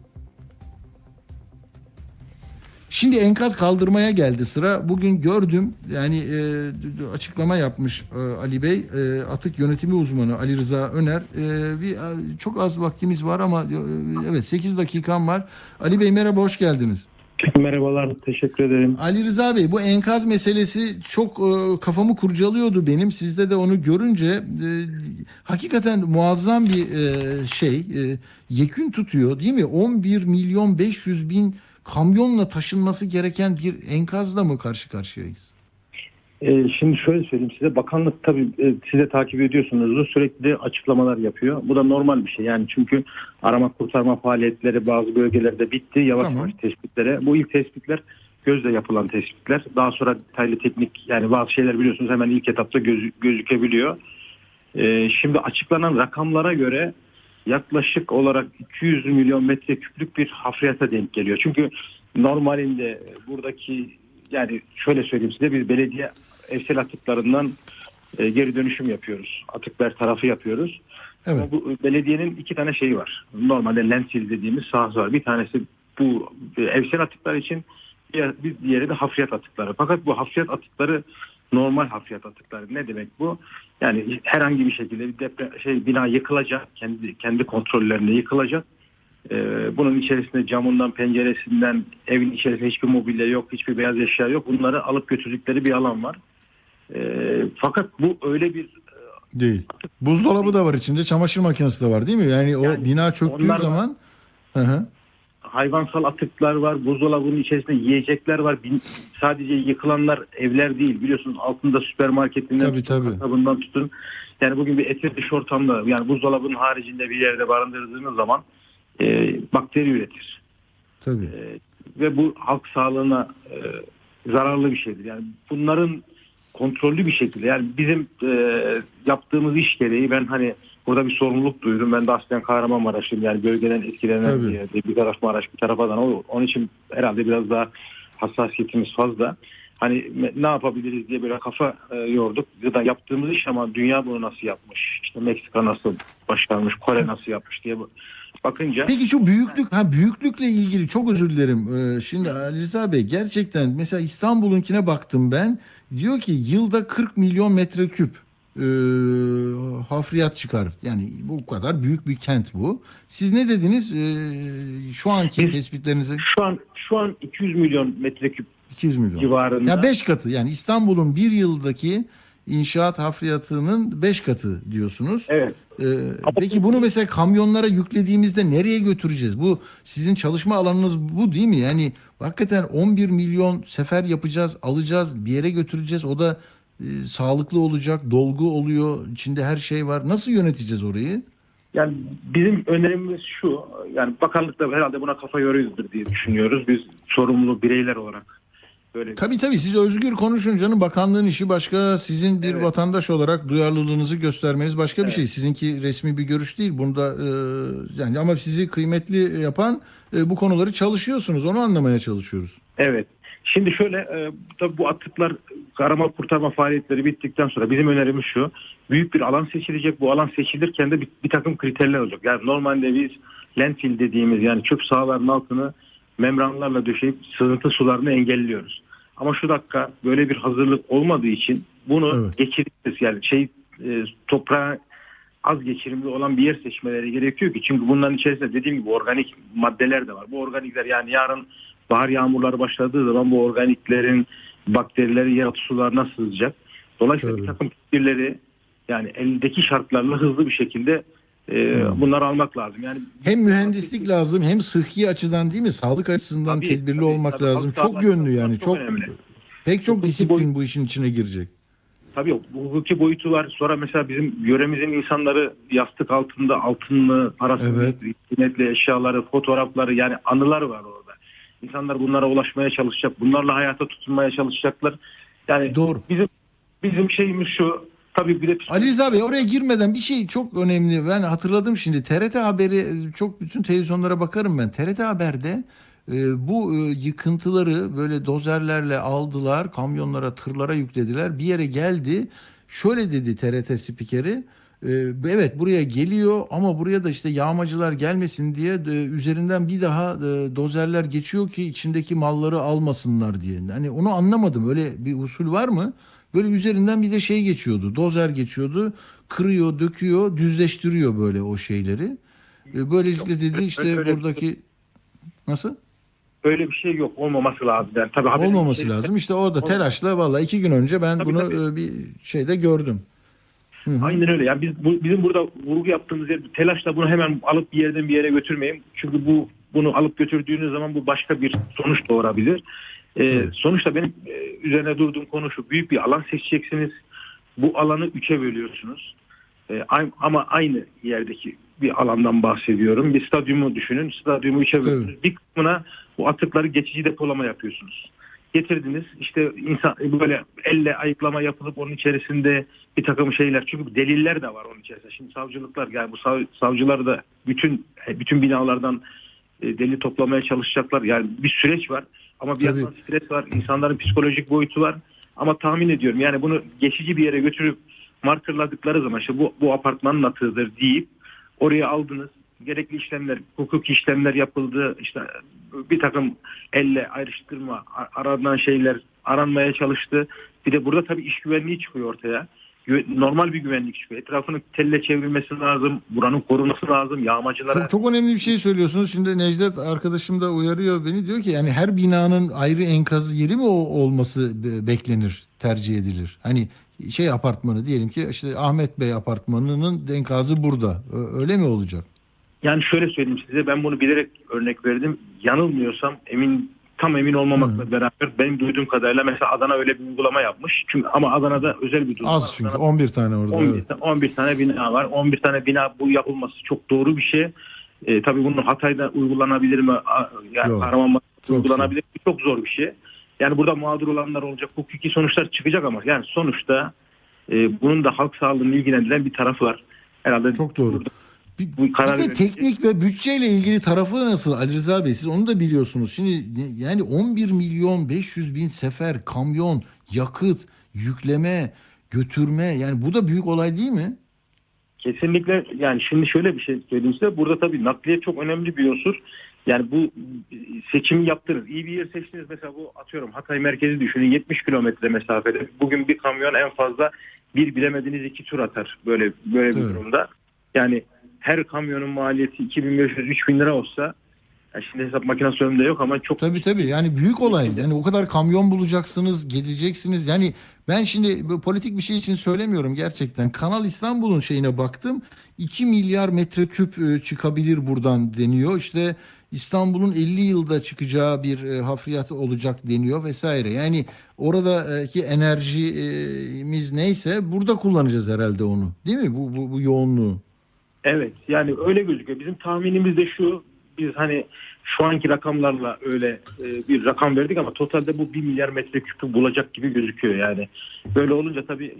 Şimdi enkaz kaldırmaya geldi sıra. Bugün gördüm, yani açıklama yapmış Ali Bey, atık yönetimi uzmanı Ali Rıza Öner. Çok az vaktimiz var ama evet 8 dakikam var. Ali Bey merhaba, hoş geldiniz. Merhabalar, teşekkür ederim. Ali Rıza Bey, bu enkaz meselesi çok kafamı kurcalıyordu benim. Sizde de onu görünce hakikaten muazzam bir yekün tutuyor değil mi? 11.500.000 kamyonla taşınması gereken bir enkazla mı karşı karşıyayız? Şimdi şöyle söyleyeyim size, bakanlık tabii siz de takip ediyorsunuz, sürekli açıklamalar yapıyor. Bu da normal bir şey yani, çünkü arama kurtarma faaliyetleri bazı bölgelerde bitti, yavaş yavaş tespitlere. Bu ilk tespitler gözle yapılan tespitler, daha sonra detaylı teknik, yani bazı şeyler biliyorsunuz hemen ilk etapta gözükebiliyor. Şimdi açıklanan rakamlara göre yaklaşık olarak 200 milyon metreküplük bir hafriyata denk geliyor. Çünkü normalinde buradaki, yani şöyle söyleyeyim size, biz belediye evsel atıklarından geri dönüşüm yapıyoruz. Atık bertarafı yapıyoruz. Evet. Ama bu belediyenin 2 tane şeyi var. Normalde landfill dediğimiz sahası var. Bir tanesi bu evsel atıklar için, bir diğeri de hafriyat atıkları. Fakat bu hafriyat atıkları normal hafriyat atıkları. Ne demek bu? Yani herhangi bir şekilde bir bina yıkılacak, kendi kontrollerinde yıkılacak. Bunun içerisinde camından, penceresinden, evin içerisinde hiçbir mobilya yok, hiçbir beyaz eşya yok. Bunları alıp götürdükleri bir alan var. Fakat bu öyle bir değil. Buzdolabı da var içinde, çamaşır makinesi de var değil mi? Yani o bina çöktüğü zaman hayvansal atıklar var, buzdolabının içerisinde yiyecekler var. Sadece yıkılanlar evler değil, biliyorsunuz altında süpermarketinden kasabından tutun. Yani bugün bir eti dış ortamda, yani buzdolabının haricinde bir yerde barındırdığınız zaman bakteri üretir. Tabii. Ve bu halk sağlığına zararlı bir şeydir. Yani bunların kontrollü bir şekilde, yani bizim yaptığımız iş gereği, ben hani burada bir sorumluluk duydum. Ben de aslen Kahramanmaraşlıyım, yani bölgeden etkilenen bir taraf Maraş, bir taraf Adana. Onun için herhalde biraz daha hassasiyetimiz fazla. Hani ne yapabiliriz diye böyle kafa yorduk. Zaten yaptığımız iş, ama dünya bunu nasıl yapmış? İşte Meksika nasıl başarmış, Kore nasıl yapmış diye bakınca. Peki şu büyüklükle ilgili çok özür dilerim. Şimdi Ali Rıza Bey, gerçekten mesela İstanbul'unkine baktım ben. Diyor ki yılda 40 milyon metreküp hafriyat çıkar. Yani bu kadar büyük bir kent bu. Siz ne dediniz? Şu anki tespitlerinize. Şu an 200 milyon metreküp 200 milyon civarında. Ya 5 katı, yani İstanbul'un bir yıldaki inşaat hafriyatının 5 katı diyorsunuz. Evet. Peki bunu mesela kamyonlara yüklediğimizde nereye götüreceğiz? Bu sizin çalışma alanınız bu değil mi? Yani hakikaten 11 milyon sefer yapacağız, alacağız, bir yere götüreceğiz. O da sağlıklı olacak, dolgu oluyor, içinde her şey var. Nasıl yöneteceğiz orayı? Yani bizim önerimiz şu, yani bakanlık da herhalde buna kafa yoruyordur diye düşünüyoruz. Biz sorumlu bireyler olarak. Böyle. Tabii siz özgür konuşun canım. Bakanlığın işi başka. Sizin bir vatandaş olarak duyarlılığınızı göstermeniz başka bir şey. Sizinki resmi bir görüş değil. Bunda yani ama sizi kıymetli yapan bu konuları çalışıyorsunuz. Onu anlamaya çalışıyoruz. Evet. Şimdi şöyle, tabii bu atıklar, arama kurtarma faaliyetleri bittikten sonra bizim önerimiz şu: büyük bir alan seçilecek. Bu alan seçilirken de bir takım kriterler olacak. Yani normalde biz landfill dediğimiz, yani çöp sahalarının altını membranlarla döşeyip sığıntı sularını engelliyoruz. Ama şu dakika böyle bir hazırlık olmadığı için bunu geçirimsiz, yani toprağa az geçirimli olan bir yer seçmeleri gerekiyor ki, çünkü bunların içerisinde dediğim gibi organik maddeler de var. Bu organikler, yani yarın bahar yağmurları başladığı zaman bu organiklerin bakterileri yeraltı sularına sızacak. Dolayısıyla bir takım tedbirleri, yani eldeki şartlarla hızlı bir şekilde bunları almak lazım. Yani hem mühendislik lazım, hem sıhhi açıdan değil mi? Sağlık açısından tedbirli olmak lazım. Çok yönlü yani. Çok önemli. Pek çok disiplin bu işin içine girecek. Tabii bu hukuki boyutu var. Sonra mesela bizim yöremizin insanları yastık altında altınlı, parasını, kıymetli eşyaları, fotoğrafları, yani anıları var orada. İnsanlar bunlara ulaşmaya çalışacak. Bunlarla hayata tutunmaya çalışacaklar. Yani doğru. Bizim şeyimiz şu. Tabii bir de Ali Rıza Bey, oraya girmeden bir şey çok önemli. Ben hatırladım şimdi. TRT Haberi, çok bütün televizyonlara bakarım ben. TRT Haber'de bu yıkıntıları böyle dozerlerle aldılar, kamyonlara, tırlara yüklediler. Bir yere geldi. Şöyle dedi TRT spikeri: Evet, buraya geliyor ama buraya da işte yağmacılar gelmesin diye üzerinden bir daha dozerler geçiyor ki içindeki malları almasınlar diye. Hani onu anlamadım. Öyle bir usul var mı? Böyle üzerinden bir de şey geçiyordu. Dozer geçiyordu. Kırıyor, döküyor, düzleştiriyor böyle o şeyleri. Böylelikle dedi işte buradaki nasıl? Öyle bir şey yok. Olmaması lazım. Yani, tabii olmaması lazım. İşte orada telaşla vallahi 2 gün önce ben bunu bir şeyde gördüm. Hı-hı. Aynen öyle. Yani bizim burada vurgu yaptığımız yer, telaşla bunu hemen alıp bir yerden bir yere götürmeyin. Çünkü bunu alıp götürdüğünüz zaman bu başka bir sonuç doğurabilir. Sonuçta benim üzerine durduğum konu şu: büyük bir alan seçeceksiniz. Bu alanı 3'e bölüyorsunuz. Ama aynı yerdeki bir alandan bahsediyorum. Bir stadyumu düşünün. Stadyumu 3'e bölüyorsunuz. Bir kısmına bu atıkları geçici depolama yapıyorsunuz. Getirdiniz işte insan böyle elle ayıklama yapılıp onun içerisinde bir takım şeyler, çünkü deliller de var onun içerisinde. Şimdi savcılıklar, yani bu savcılar da bütün binalardan delil toplamaya çalışacaklar. Yani bir süreç var ama bir yandan stres var, insanların psikolojik boyutu var. Ama tahmin ediyorum yani bunu geçici bir yere götürüp markerladıkları zaman işte bu apartmanın atığıdır deyip oraya aldınız. Gerekli işlemler, hukuki işlemler yapıldı. İşte bir takım elle ayrıştırma, aranan şeyler aranmaya çalıştı. Bir de burada tabii iş güvenliği çıkıyor ortaya. Normal bir güvenlik çıkıyor. Etrafının telle çevrilmesi lazım. Buranın korunması lazım. Yağmacılara... Çok önemli bir şey söylüyorsunuz. Şimdi Necdet arkadaşım da uyarıyor beni. Diyor ki yani her binanın ayrı enkaz yeri mi olması beklenir, tercih edilir? Hani apartmanı diyelim ki işte Ahmet Bey apartmanının enkazı burada. Öyle mi olacak? Yani şöyle söyleyeyim size, ben bunu bilerek örnek verdim. Yanılmıyorsam tam emin olmamakla beraber benim duyduğum kadarıyla mesela Adana öyle bir uygulama yapmış. Ama Adana'da özel bir durum az var. Çünkü 11 tane orada. 11 tane bina var. 11 tane bina, bu yapılması çok doğru bir şey. Tabii bunun Hatay'da uygulanabilir mi? Yani Kahramanmaraş'ta uygulanabilir mi? Çok zor bir şey. Yani burada mağdur olanlar olacak. Hukuki sonuçlar çıkacak ama yani sonuçta bunun da halk sağlığını ilgilendiren bir tarafı var. Herhalde çok doğru. Bir de teknik ve bütçeyle ilgili tarafı nasıl Ali Rıza Bey? Siz onu da biliyorsunuz. Şimdi yani 11.500.000 sefer kamyon, yakıt, yükleme, götürme, yani bu da büyük olay değil mi? Kesinlikle. Yani şimdi şöyle bir şey söyleyeyim size. Burada tabii nakliye çok önemli bir unsur. Yani bu seçimi yaptınız. İyi bir yer seçtiniz. Mesela bu atıyorum Hatay merkezi düşünün, 70 kilometre mesafede. Bugün bir kamyon en fazla bilemediniz 2 tur atar böyle bir durumda. Yani her kamyonun maliyeti 2.500-3.000 lira olsa, yani şimdi hesap makinesi önümde yok ama çok... Tabii yani büyük olay. Yani o kadar kamyon bulacaksınız, geleceksiniz. Yani ben şimdi politik bir şey için söylemiyorum gerçekten. Kanal İstanbul'un şeyine baktım. 2 milyar metreküp çıkabilir buradan deniyor. İşte İstanbul'un 50 yılda çıkacağı bir hafriyat olacak deniyor vesaire. Yani oradaki enerjimiz neyse burada kullanacağız herhalde onu. Değil mi? Bu yoğunluğu. Evet, yani öyle gözüküyor. Bizim tahminimiz de şu: biz hani şu anki rakamlarla öyle bir rakam verdik ama totalde bu 1 milyar metreküpü bulacak gibi gözüküyor yani. Böyle olunca tabii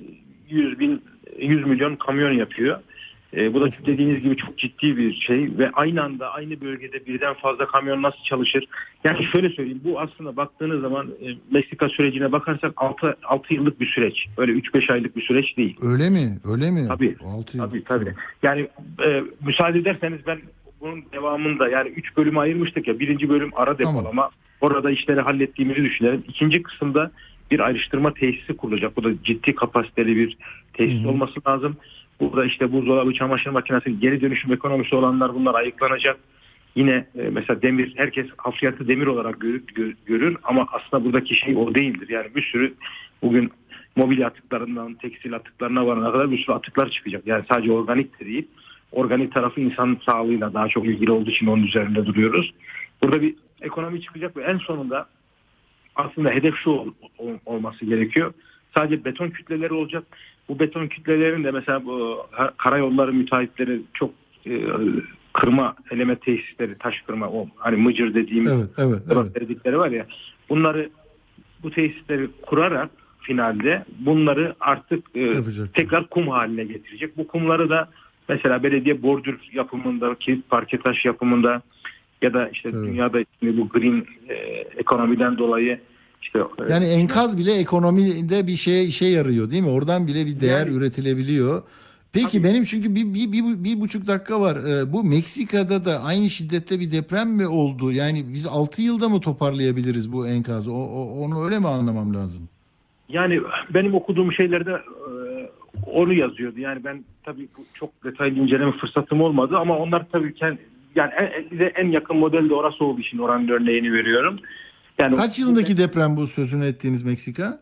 100 milyon kamyon yapıyor. Bu da dediğiniz gibi çok ciddi bir şey ve aynı anda aynı bölgede birden fazla kamyon nasıl çalışır? Yani şöyle söyleyeyim, bu aslında baktığınız zaman Meksika sürecine bakarsak 6 yıllık bir süreç. Öyle 3-5 aylık bir süreç değil. Öyle mi? Tabii. 6 yıl. Tabii. Yani müsaade ederseniz ben bunun devamında, yani 3 bölüme ayırmıştık ya. Birinci bölüm ara depolama. Tamam. Orada işleri hallettiğimizi düşünelim. İkinci kısımda bir ayrıştırma tesisi kurulacak. Bu da ciddi kapasiteli bir tesis olması lazım. Burada işte buzdolabı, çamaşır makinesi, geri dönüşüm ekonomisi olanlar, bunlar ayıklanacak. Yine mesela demir, herkes hafriyatı demir olarak görür ama aslında buradaki şey o değildir. Yani bir sürü bugün mobilya atıklarından tekstil atıklarına varana kadar bir sürü atıklar çıkacak. Yani sadece organik de değil. Organik tarafı insan sağlığıyla daha çok ilgili olduğu için onun üzerinde duruyoruz. Burada bir ekonomi çıkacak ve en sonunda aslında hedef şu olması gerekiyor. Sadece beton kütleleri olacak. Bu beton kütlelerin de mesela bu karayolları müteahhitleri çok kırma eleme tesisleri, taş kırma, o hani mıcır dediğimiz dedikleri var ya, bunları, bu tesisleri kurarak finalde bunları artık tekrar kum haline getirecek. Bu kumları da mesela belediye bordür yapımında, kilit parke taş yapımında ya da işte dünyada bu green ekonomiden dolayı işte yani enkaz bile ekonomide bir işe yarıyor değil mi? Oradan bile bir değer üretilebiliyor. Peki benim çünkü bir buçuk dakika var. Bu Meksika'da da aynı şiddette bir deprem mi oldu? Yani biz 6 yılda mı toparlayabiliriz bu enkazı? Onu öyle mi anlamam lazım? Yani benim okuduğum şeylerde onu yazıyordu. Yani ben tabii çok detaylı inceleme fırsatım olmadı ama onlar tabii yani en yakın model de orası olduğu için oranın örneğini veriyorum. Yani kaç yılındaki deprem bu sözünü ettiğiniz Meksika?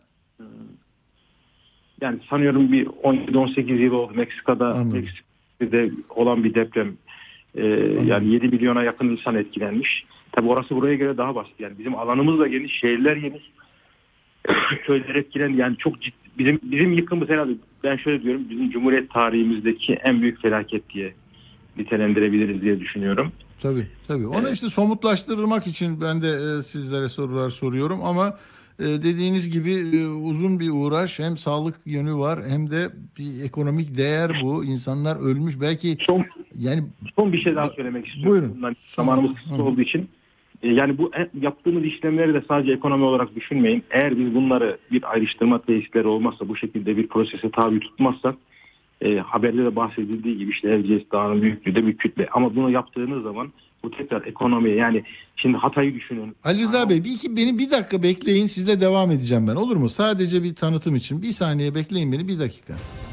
Yani sanıyorum bir 17-18 yıl oldu Meksika'da olan bir deprem. Yani 7 milyona yakın insan etkilenmiş. Tabii orası buraya göre daha basit. Yani bizim alanımız da geniş, şehirler geniş. Köyler etkilendi. Yani çok ciddi. Bizim yıkımımız herhalde, ben şöyle diyorum, bizim Cumhuriyet tarihimizdeki en büyük felaket diye nitelendirebiliriz diye düşünüyorum. Tabii. Onu işte somutlaştırmak için ben de sizlere sorular soruyorum ama dediğiniz gibi uzun bir uğraş, hem sağlık yönü var hem de bir ekonomik değer bu. İnsanlar ölmüş belki. Son bir şey daha söylemek istiyorum. Buyurun. Zamanımız kısıtlı olduğu için. Yani bu yaptığımız işlemleri de sadece ekonomi olarak düşünmeyin. Eğer biz bunları bir ayrıştırma tesisleri olmazsa, bu şekilde bir prosese tabi tutmazsak, haberde de bahsedildiği gibi işte Erciyes Dağı'nın büyüklüğü de bir kütle. Ama bunu yaptığınız zaman bu tekrar ekonomiye, yani şimdi Hatay'ı düşünün. Ali Rıza Bey beni bir dakika bekleyin, sizle devam edeceğim ben, olur mu? Sadece bir tanıtım için bir saniye bekleyin beni, bir dakika.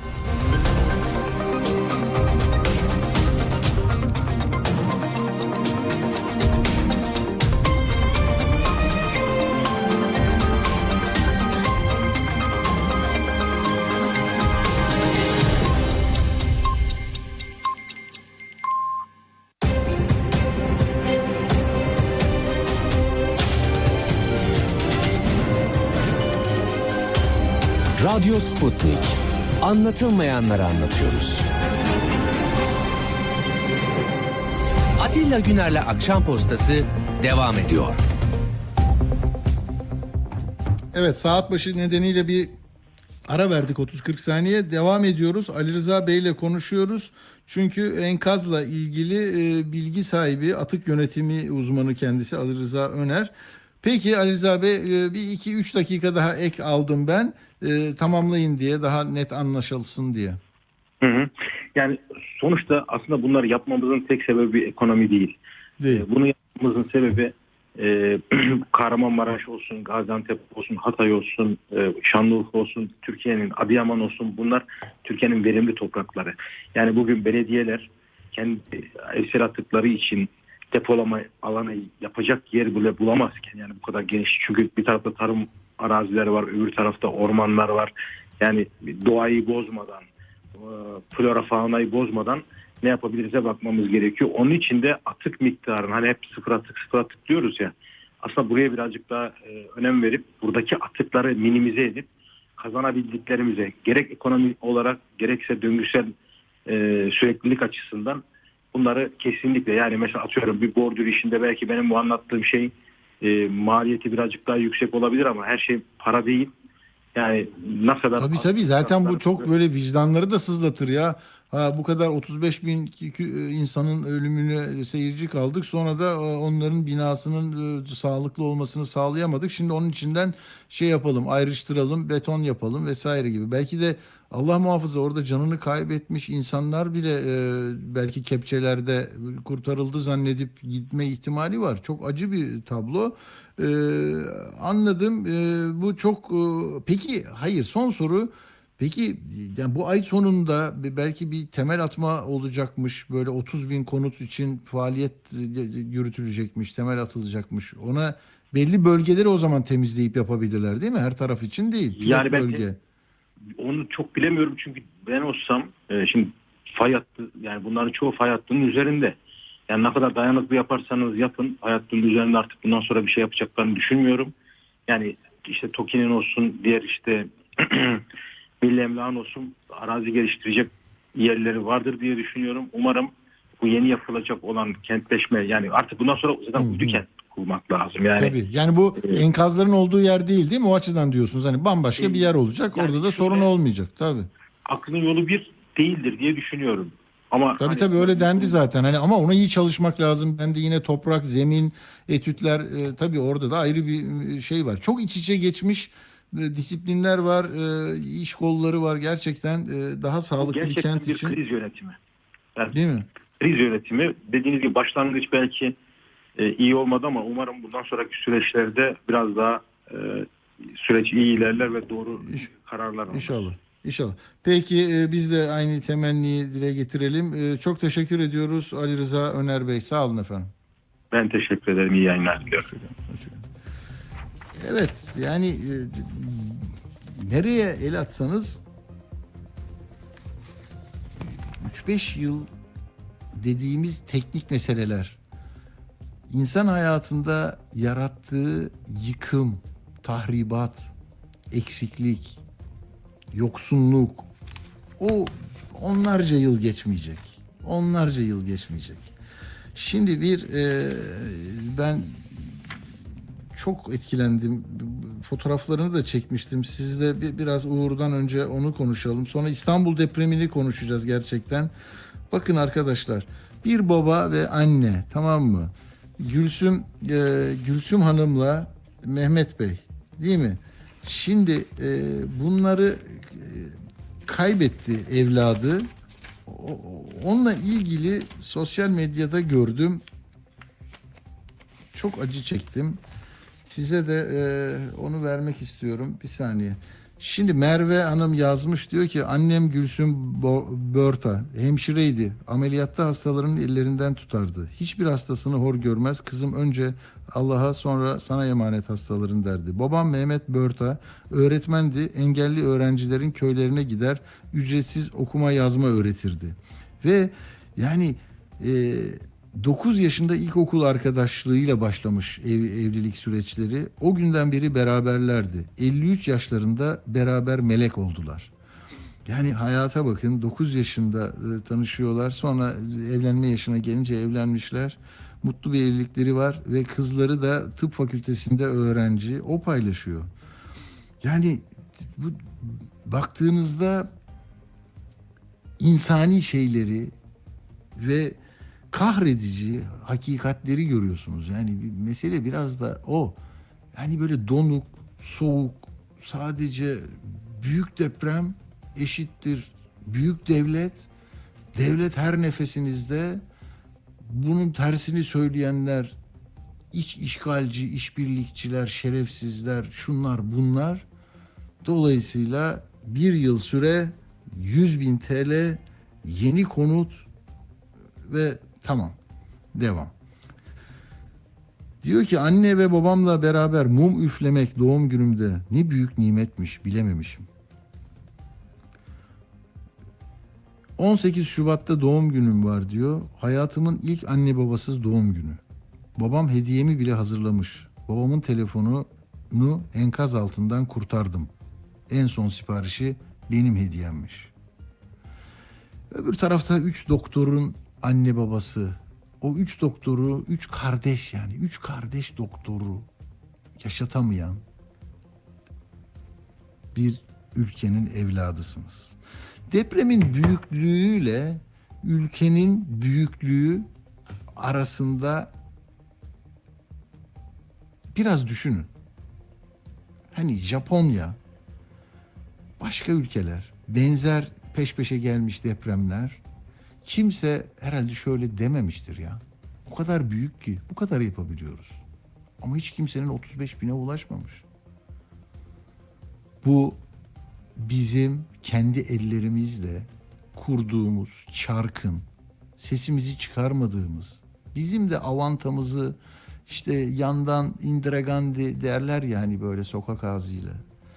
Radyo Sputnik. Anlatılmayanları anlatıyoruz. Atilla Güner'le Akşam Postası devam ediyor. Evet, saat başı nedeniyle bir ara verdik, 30-40 saniye. Devam ediyoruz. Ali Rıza Bey ile konuşuyoruz. Çünkü enkazla ilgili bilgi sahibi, atık yönetimi uzmanı kendisi Ali Rıza Öner. Peki Ali Rıza Bey, bir 2-3 dakika daha ek aldım ben. Tamamlayın diye, daha net anlaşılsın diye. Yani sonuçta aslında bunları yapmamızın tek sebebi ekonomi değil. Bunu yapmamızın sebebi Kahramanmaraş olsun, Gaziantep olsun, Hatay olsun, Şanlıurfa olsun, Türkiye'nin Adıyaman olsun, bunlar Türkiye'nin verimli toprakları. Yani bugün belediyeler kendi evsel atıkları için depolama alanı yapacak yer bile bulamazken, yani bu kadar geniş, çünkü bir tarafta tarım arazileri var, öbür tarafta ormanlar var. Yani doğayı bozmadan, flora faunayı bozmadan ne yapabiliriz'e bakmamız gerekiyor. Onun için de atık miktarını, hani hep sıfır atık diyoruz ya, aslında buraya birazcık daha önem verip buradaki atıkları minimize edip kazanabildiklerimize, gerek ekonomik olarak gerekse döngüsel süreklilik açısından bunları kesinlikle, yani mesela atıyorum bir bordür işinde belki benim bu anlattığım şey maliyeti birazcık daha yüksek olabilir ama her şey para değil. Yani ne kadar... Tabii zaten bu çok böyle vicdanları da sızlatır ya. Bu kadar 35 bin insanın ölümüne seyirci kaldık. Sonra da onların binasının sağlıklı olmasını sağlayamadık. Şimdi onun içinden şey yapalım, ayrıştıralım, beton yapalım vesaire gibi. Belki de Allah muhafaza orada canını kaybetmiş insanlar bile belki kepçelerde kurtarıldı zannedip gitme ihtimali var. Çok acı bir tablo. Anladım. Bu çok... Peki, hayır, son soru. Peki yani bu ay sonunda belki bir temel atma olacakmış. Böyle 30 bin konut için faaliyet yürütülecekmiş, temel atılacakmış. Ona belli bölgeleri o zaman temizleyip yapabilirler değil mi? Her taraf için değil. Yani ben onu çok bilemiyorum, çünkü ben olsam şimdi fay hattı, yani bunların çoğu fay hattının üzerinde. Yani ne kadar dayanıklı yaparsanız yapın, fay hattının üzerinde artık bundan sonra bir şey yapacaklarını düşünmüyorum. Yani işte TOKİ'nin olsun, diğer işte Milli Emlak'ın olsun arazi geliştirecek yerleri vardır diye düşünüyorum. Umarım bu yeni yapılacak olan kentleşme, yani artık bundan sonra zaten uydu kent kurmak lazım. Yani, tabii. Yani bu enkazların olduğu yer değil mi? O açıdan diyorsunuz. Hani bambaşka bir yer olacak. Yani orada da sorun olmayacak. Tabii. Aklın yolu bir değildir diye düşünüyorum. Ama tabii öyle dendi zaten. Hani ama ona iyi çalışmak lazım. Ben de yine toprak, zemin, etütler, tabii orada da ayrı bir şey var. Çok iç içe geçmiş disiplinler var, iş kolları var. Gerçekten daha sağlıklı bir Gerçekten kent bir için. kriz yönetimi. Yani Değil mi? kriz yönetimi dediğiniz gibi başlangıç belki iyi olmadı ama umarım bundan sonraki süreçlerde biraz daha süreç iyi ilerler ve doğru kararlar alır. İnşallah. İnşallah. Peki biz de aynı temenniyi dile getirelim. Çok teşekkür ediyoruz Ali Rıza Öner Bey. Sağ olun efendim. Ben teşekkür ederim. İyi yayınlar diliyorum. Evet, yani nereye el atsanız 3-5 yıl dediğimiz teknik meseleler insan hayatında yarattığı yıkım, tahribat, eksiklik, yoksunluk, o onlarca yıl geçmeyecek. Onlarca yıl geçmeyecek. Şimdi ben çok etkilendim. Fotoğraflarını da çekmiştim. Sizle biraz Uğur'dan önce onu konuşalım. Sonra İstanbul depremini konuşacağız gerçekten. Bakın arkadaşlar, bir baba ve anne, tamam mı? Gülsüm Hanım'la Mehmet Bey, değil mi? Şimdi bunları kaybetti evladı. Onunla ilgili sosyal medyada gördüm. Çok acı çektim. Size de onu vermek istiyorum. Bir saniye. Şimdi Merve Hanım yazmış, diyor ki annem Gülsüm Börta hemşireydi. Ameliyatta hastaların ellerinden tutardı. Hiçbir hastasını hor görmez. Kızım önce Allah'a sonra sana emanet hastaların derdi. Babam Mehmet Börta öğretmendi. Engelli öğrencilerin köylerine gider. Ücretsiz okuma yazma öğretirdi. Ve yani 9 yaşında ilkokul arkadaşlığıyla başlamış evlilik süreçleri. O günden beri beraberlerdi. 53 yaşlarında beraber melek oldular. Yani hayata bakın, 9 yaşında tanışıyorlar. Sonra evlenme yaşına gelince evlenmişler. Mutlu bir evlilikleri var ve kızları da tıp fakültesinde öğrenci. O paylaşıyor. Yani bu, baktığınızda insani şeyleri ve kahredici hakikatleri görüyorsunuz. Yani mesele biraz da o. Yani böyle donuk, soğuk, sadece büyük deprem eşittir büyük devlet. Devlet her nefesinizde. Bunun tersini söyleyenler, işgalci, işbirlikçiler, şerefsizler, şunlar bunlar. Dolayısıyla bir yıl süre 100.000 TL yeni konut ve tamam. Devam. Diyor ki anne ve babamla beraber mum üflemek doğum günümde ne büyük nimetmiş, bilememişim. 18 Şubat'ta doğum günüm var diyor. Hayatımın ilk anne babasız doğum günü. Babam hediyemi bile hazırlamış. Babamın telefonunu enkaz altından kurtardım. En son siparişi benim hediyemmiş. Öbür tarafta 3 doktorun anne babası. O 3 doktoru, 3 kardeş, yani 3 kardeş doktoru yaşatamayan bir ülkenin evladısınız. Depremin büyüklüğüyle ülkenin büyüklüğü arasında biraz düşünün. Hani Japonya, başka ülkeler, benzer peş peşe gelmiş depremler, kimse herhalde şöyle dememiştir ya. O kadar büyük ki bu kadar yapabiliyoruz. Ama hiç kimsenin 35.000'e ulaşmamış. Bu bizim kendi ellerimizle kurduğumuz çarkın, sesimizi çıkarmadığımız, bizim de avantamızı işte yandan Indira Gandhi derler ya hani böyle sokak ağzıyla.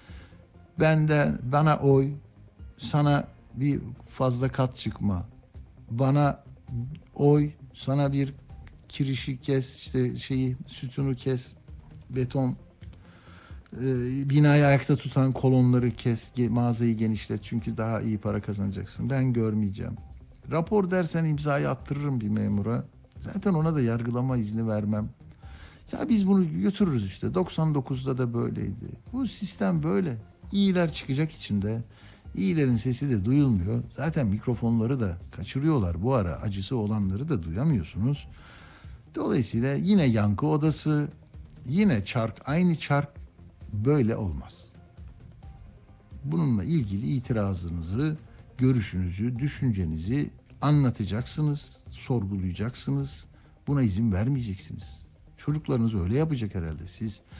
Bana oy, sana bir fazla kat çıkma. Bana oy, sana bir kirişi kes, işte sütunu kes, beton binayı ayakta tutan kolonları kes, mağazayı genişlet çünkü daha iyi para kazanacaksın. Ben görmeyeceğim. Rapor dersen imzayı attırırım bir memura. Zaten ona da yargılama izni vermem. Ya biz bunu götürürüz işte. 99'da da böyleydi. Bu sistem böyle. İyiler çıkacak içinde. İyilerin sesi de duyulmuyor. Zaten mikrofonları da kaçırıyorlar. Bu ara acısı olanları da duyamıyorsunuz. Dolayısıyla yine yankı odası, yine çark, aynı çark böyle olmaz. bununla ilgili itirazınızı, görüşünüzü, düşüncenizi anlatacaksınız, sorgulayacaksınız. Buna izin vermeyeceksiniz. Çocuklarınız öyle yapacak herhalde.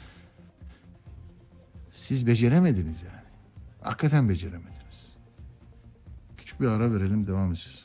Siz beceremediniz yani. Hakikaten beceremediniz. Küçük bir ara verelim, devam edeceğiz.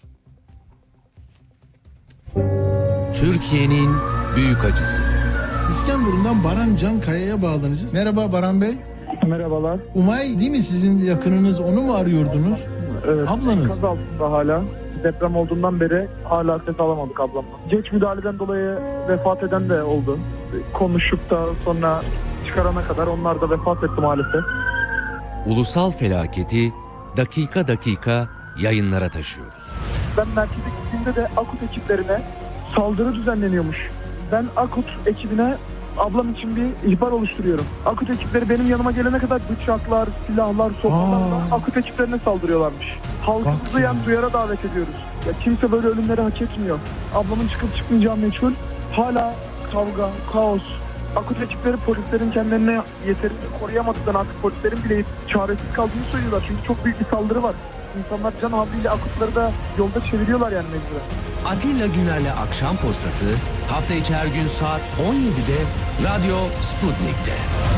Türkiye'nin büyük acısı. İskenderun'dan Baran Cankaya'ya bağlanacağız. Merhaba Baran Bey. Merhabalar. Umay değil mi sizin yakınınız? Onu mu arıyordunuz? Evet. Ablanız. Enkaz altında hala. Deprem olduğundan beri hala ses alamadık ablamla. Geç müdahaleden dolayı vefat eden de oldu. Konuşup da sonra çıkarana kadar onlar da vefat etti maalesef. Ulusal felaketi dakika dakika yayınlara taşıyoruz. Ben merkeze gittiğimde de AKUT ekiplerine saldırı düzenleniyormuş. Ben AKUT ekibine ablam için bir ihbar oluşturuyorum. AKUT ekipleri benim yanıma gelene kadar bıçaklar, silahlar, sopalarla AKUT ekiplerine saldırıyorlarmış. Halkımızı yani duyara davet ediyoruz. Ya kimse böyle ölümleri hak etmiyor. Ablamın çıkıp çıkmayacağı meçhul. Hala kavga, kaos. AKUT ekipleri polislerin kendilerine yeterince koruyamadığından artık polislerin bile çaresiz kaldığını söylüyorlar. Çünkü çok büyük bir saldırı var. İnsanlar can havliyle AKUT'ları da yolda çeviriyorlar yani mecburen. Atilla Güner'le Akşam Postası hafta içi her gün saat 17'de Radyo Sputnik'te.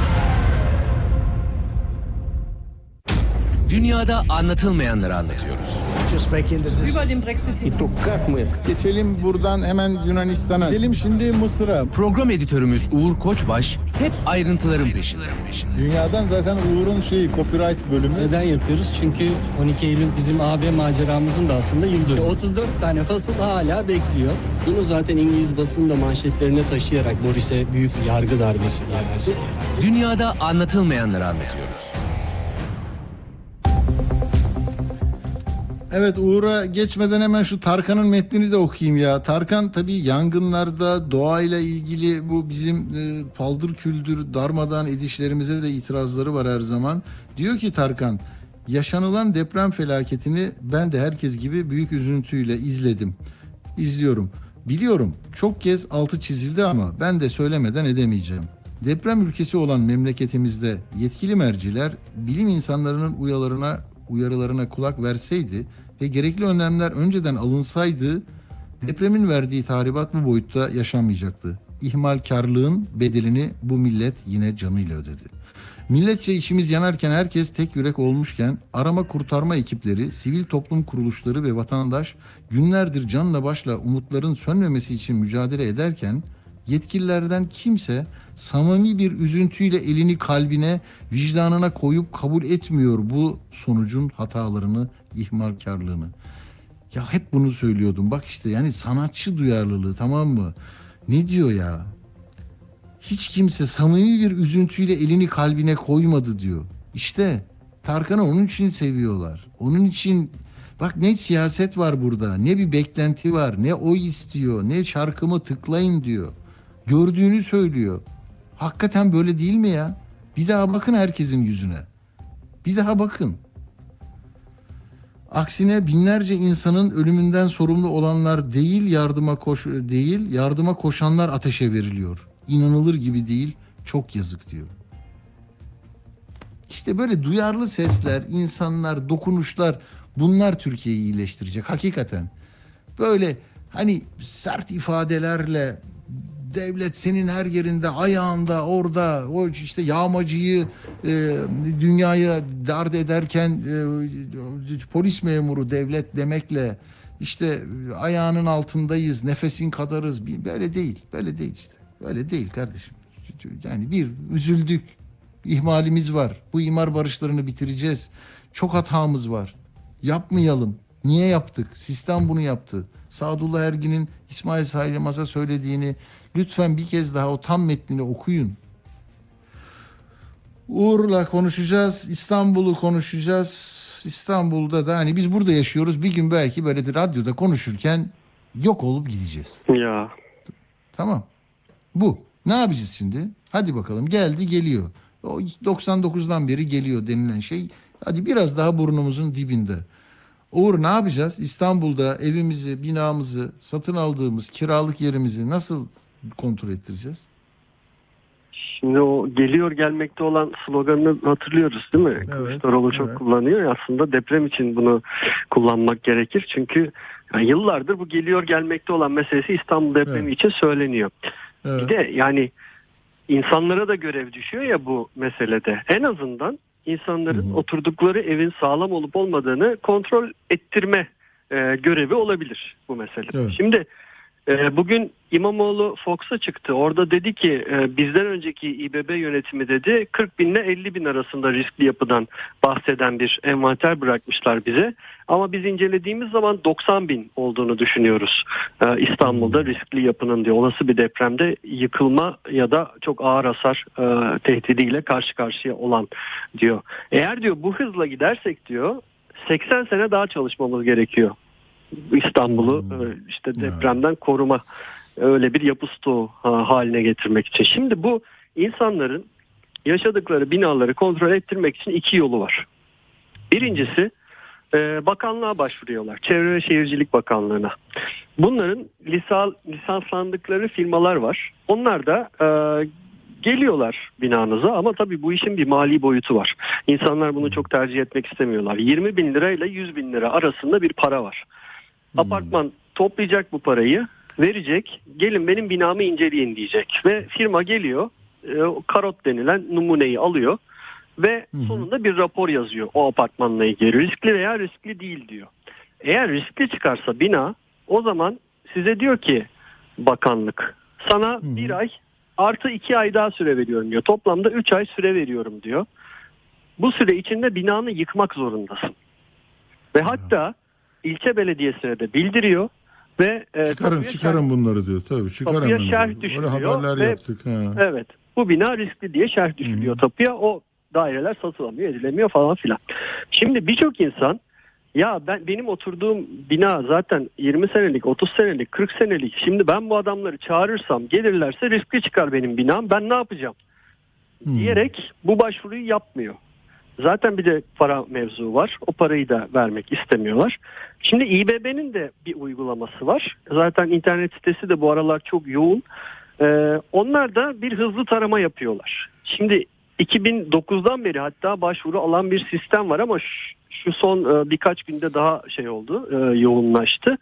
Dünyada anlatılmayanları anlatıyoruz. Geçelim buradan hemen Yunanistan'a. Gidelim şimdi Mısır'a. Program editörümüz Uğur Koçbaş hep ayrıntıların peşinde. Dünyadan zaten Uğur'un copyright bölümü. Neden yapıyoruz? Çünkü 12 Eylül bizim AB maceramızın da aslında yıl dönümü. 34 tane fasıl hala bekliyor. Bunu zaten İngiliz basını da manşetlerine taşıyarak Boris'e büyük yargı darbesi gelmesi. Dünyada anlatılmayanları anlatıyoruz. Evet, Uğur'a geçmeden hemen şu Tarkan'ın metnini de okuyayım ya. Tarkan tabii yangınlarda, doğayla ilgili bu bizim paldır küldür darmadağın edişlerimize de itirazları var her zaman. Diyor ki Tarkan, yaşanılan deprem felaketini ben de herkes gibi büyük üzüntüyle izledim. İzliyorum. Biliyorum çok kez altı çizildi ama ben de söylemeden edemeyeceğim. Deprem ülkesi olan memleketimizde yetkili merciler bilim insanlarının uyarılarına kulak verseydi ve gerekli önlemler önceden alınsaydı depremin verdiği tahribat bu boyutta yaşanmayacaktı. İhmalkarlığın bedelini bu millet yine canıyla ödedi. Milletçe içimiz yanarken, herkes tek yürek olmuşken arama kurtarma ekipleri, sivil toplum kuruluşları ve vatandaş günlerdir canla başla umutların sönmemesi için mücadele ederken yetkililerden kimse samimi bir üzüntüyle elini kalbine, vicdanına koyup kabul etmiyor bu sonucun hatalarını, ihmalkarlığını. Ya hep bunu söylüyordum. Bak işte yani sanatçı duyarlılığı, tamam mı? Ne diyor ya? Hiç kimse samimi bir üzüntüyle elini kalbine koymadı diyor. İşte Tarkan'ı onun için seviyorlar. Onun için bak ne siyaset var burada, ne bir beklenti var, ne oy istiyor, ne şarkımı tıklayın diyor. Gördüğünü söylüyor. Hakikaten böyle değil mi ya? Bir daha bakın herkesin yüzüne. Bir daha bakın. Aksine binlerce insanın ölümünden sorumlu olanlar değil, yardıma koşanlar ateşe veriliyor. İnanılır gibi değil, çok yazık diyor. İşte böyle duyarlı sesler, insanlar, dokunuşlar, bunlar Türkiye'yi iyileştirecek hakikaten. Böyle hani sert ifadelerle devlet senin her yerinde, ayağında, orada, o işte yağmacıyı dünyaya dard ederken polis memuru devlet demekle işte ayağının altındayız, nefesin kadarız. Böyle değil, böyle değil işte. Böyle değil kardeşim. Yani bir üzüldük, ihmalimiz var. Bu imar barışlarını bitireceğiz. Çok hatamız var. Yapmayalım. Niye yaptık? Sistem bunu yaptı. Sadullah Ergin'in İsmail Saymaz'a söylediğini lütfen bir kez daha o tam metnini okuyun. Uğur'la konuşacağız. İstanbul'u konuşacağız. İstanbul'da da hani biz burada yaşıyoruz. Bir gün belki böyle radyoda konuşurken yok olup gideceğiz. Ya. Tamam. Bu. Ne yapacağız şimdi? Hadi bakalım. Geldi geliyor. O 99'dan beri geliyor denilen şey. Hadi biraz daha burnumuzun dibinde. Uğur ne yapacağız? İstanbul'da evimizi, binamızı, satın aldığımız kiralık yerimizi nasıl kontrol ettireceğiz? Şimdi o geliyor gelmekte olan sloganını hatırlıyoruz değil mi? Kılıçdaroğlu çok kullanıyor. Aslında deprem için bunu kullanmak gerekir. Çünkü yani yıllardır bu geliyor gelmekte olan meselesi İstanbul depremi için söyleniyor. Bir de yani insanlara da görev düşüyor ya bu meselede. En azından insanların oturdukları evin sağlam olup olmadığını kontrol ettirme görevi olabilir bu mesele. Şimdi bugün İmamoğlu Fox'a çıktı. Orada dedi ki bizden önceki İBB yönetimi dedi 40 bin ile 50 bin arasında riskli yapıdan bahseden bir envanter bırakmışlar bize. Ama biz incelediğimiz zaman 90 bin olduğunu düşünüyoruz. İstanbul'da riskli yapının diyor. Olası bir depremde yıkılma ya da çok ağır hasar tehdidiyle karşı karşıya olan diyor. Eğer diyor bu hızla gidersek diyor 80 sene daha çalışmamız gerekiyor. İstanbul'u işte depremden koruma, öyle bir yapı stoğu haline getirmek için. Şimdi bu insanların yaşadıkları binaları kontrol ettirmek için iki yolu var. Birincisi bakanlığa başvuruyorlar. Çevre ve Şehircilik Bakanlığı'na. Bunların lisanslandıkları firmalar var. Onlar da geliyorlar binanıza ama tabii bu işin bir mali boyutu var. İnsanlar bunu çok tercih etmek istemiyorlar. 20 bin lira ile 100 bin lira arasında bir para var. Apartman toplayacak bu parayı, verecek, gelin benim binamı inceleyin diyecek. Ve firma geliyor, karot denilen numuneyi alıyor ve sonunda bir rapor yazıyor o apartmanla ilgili. Riskli veya riskli değil diyor. Eğer riskli çıkarsa bina, o zaman size diyor ki bakanlık, sana bir ay artı 2 ay daha süre veriyorum diyor. Toplamda 3 ay süre veriyorum diyor. Bu süre içinde binanı yıkmak zorundasın. Ve hatta ilçe belediyesine de bildiriyor ve çıkarın bunları diyor. Tabii tapuya şerh düşülüyor. Öyle haberler yaptık. Evet. Bu bina riskli diye şerh düşülüyor tapuya. O daireler satılamıyor, edilemiyor falan filan. Şimdi birçok insan ya benim oturduğum bina zaten 20 senelik, 30 senelik, 40 senelik. Şimdi ben bu adamları çağırırsam gelirlerse riskli çıkar benim binam. Ben ne yapacağım? Diyerek bu başvuruyu yapmıyor. Zaten bir de para mevzu var. O parayı da vermek istemiyorlar. Şimdi İBB'nin de bir uygulaması var. Zaten internet sitesi de bu aralar çok yoğun. Onlar da bir hızlı tarama yapıyorlar. Şimdi 2009'dan beri hatta başvuru alan bir sistem var ama şu son birkaç günde daha şey oldu, yoğunlaştı.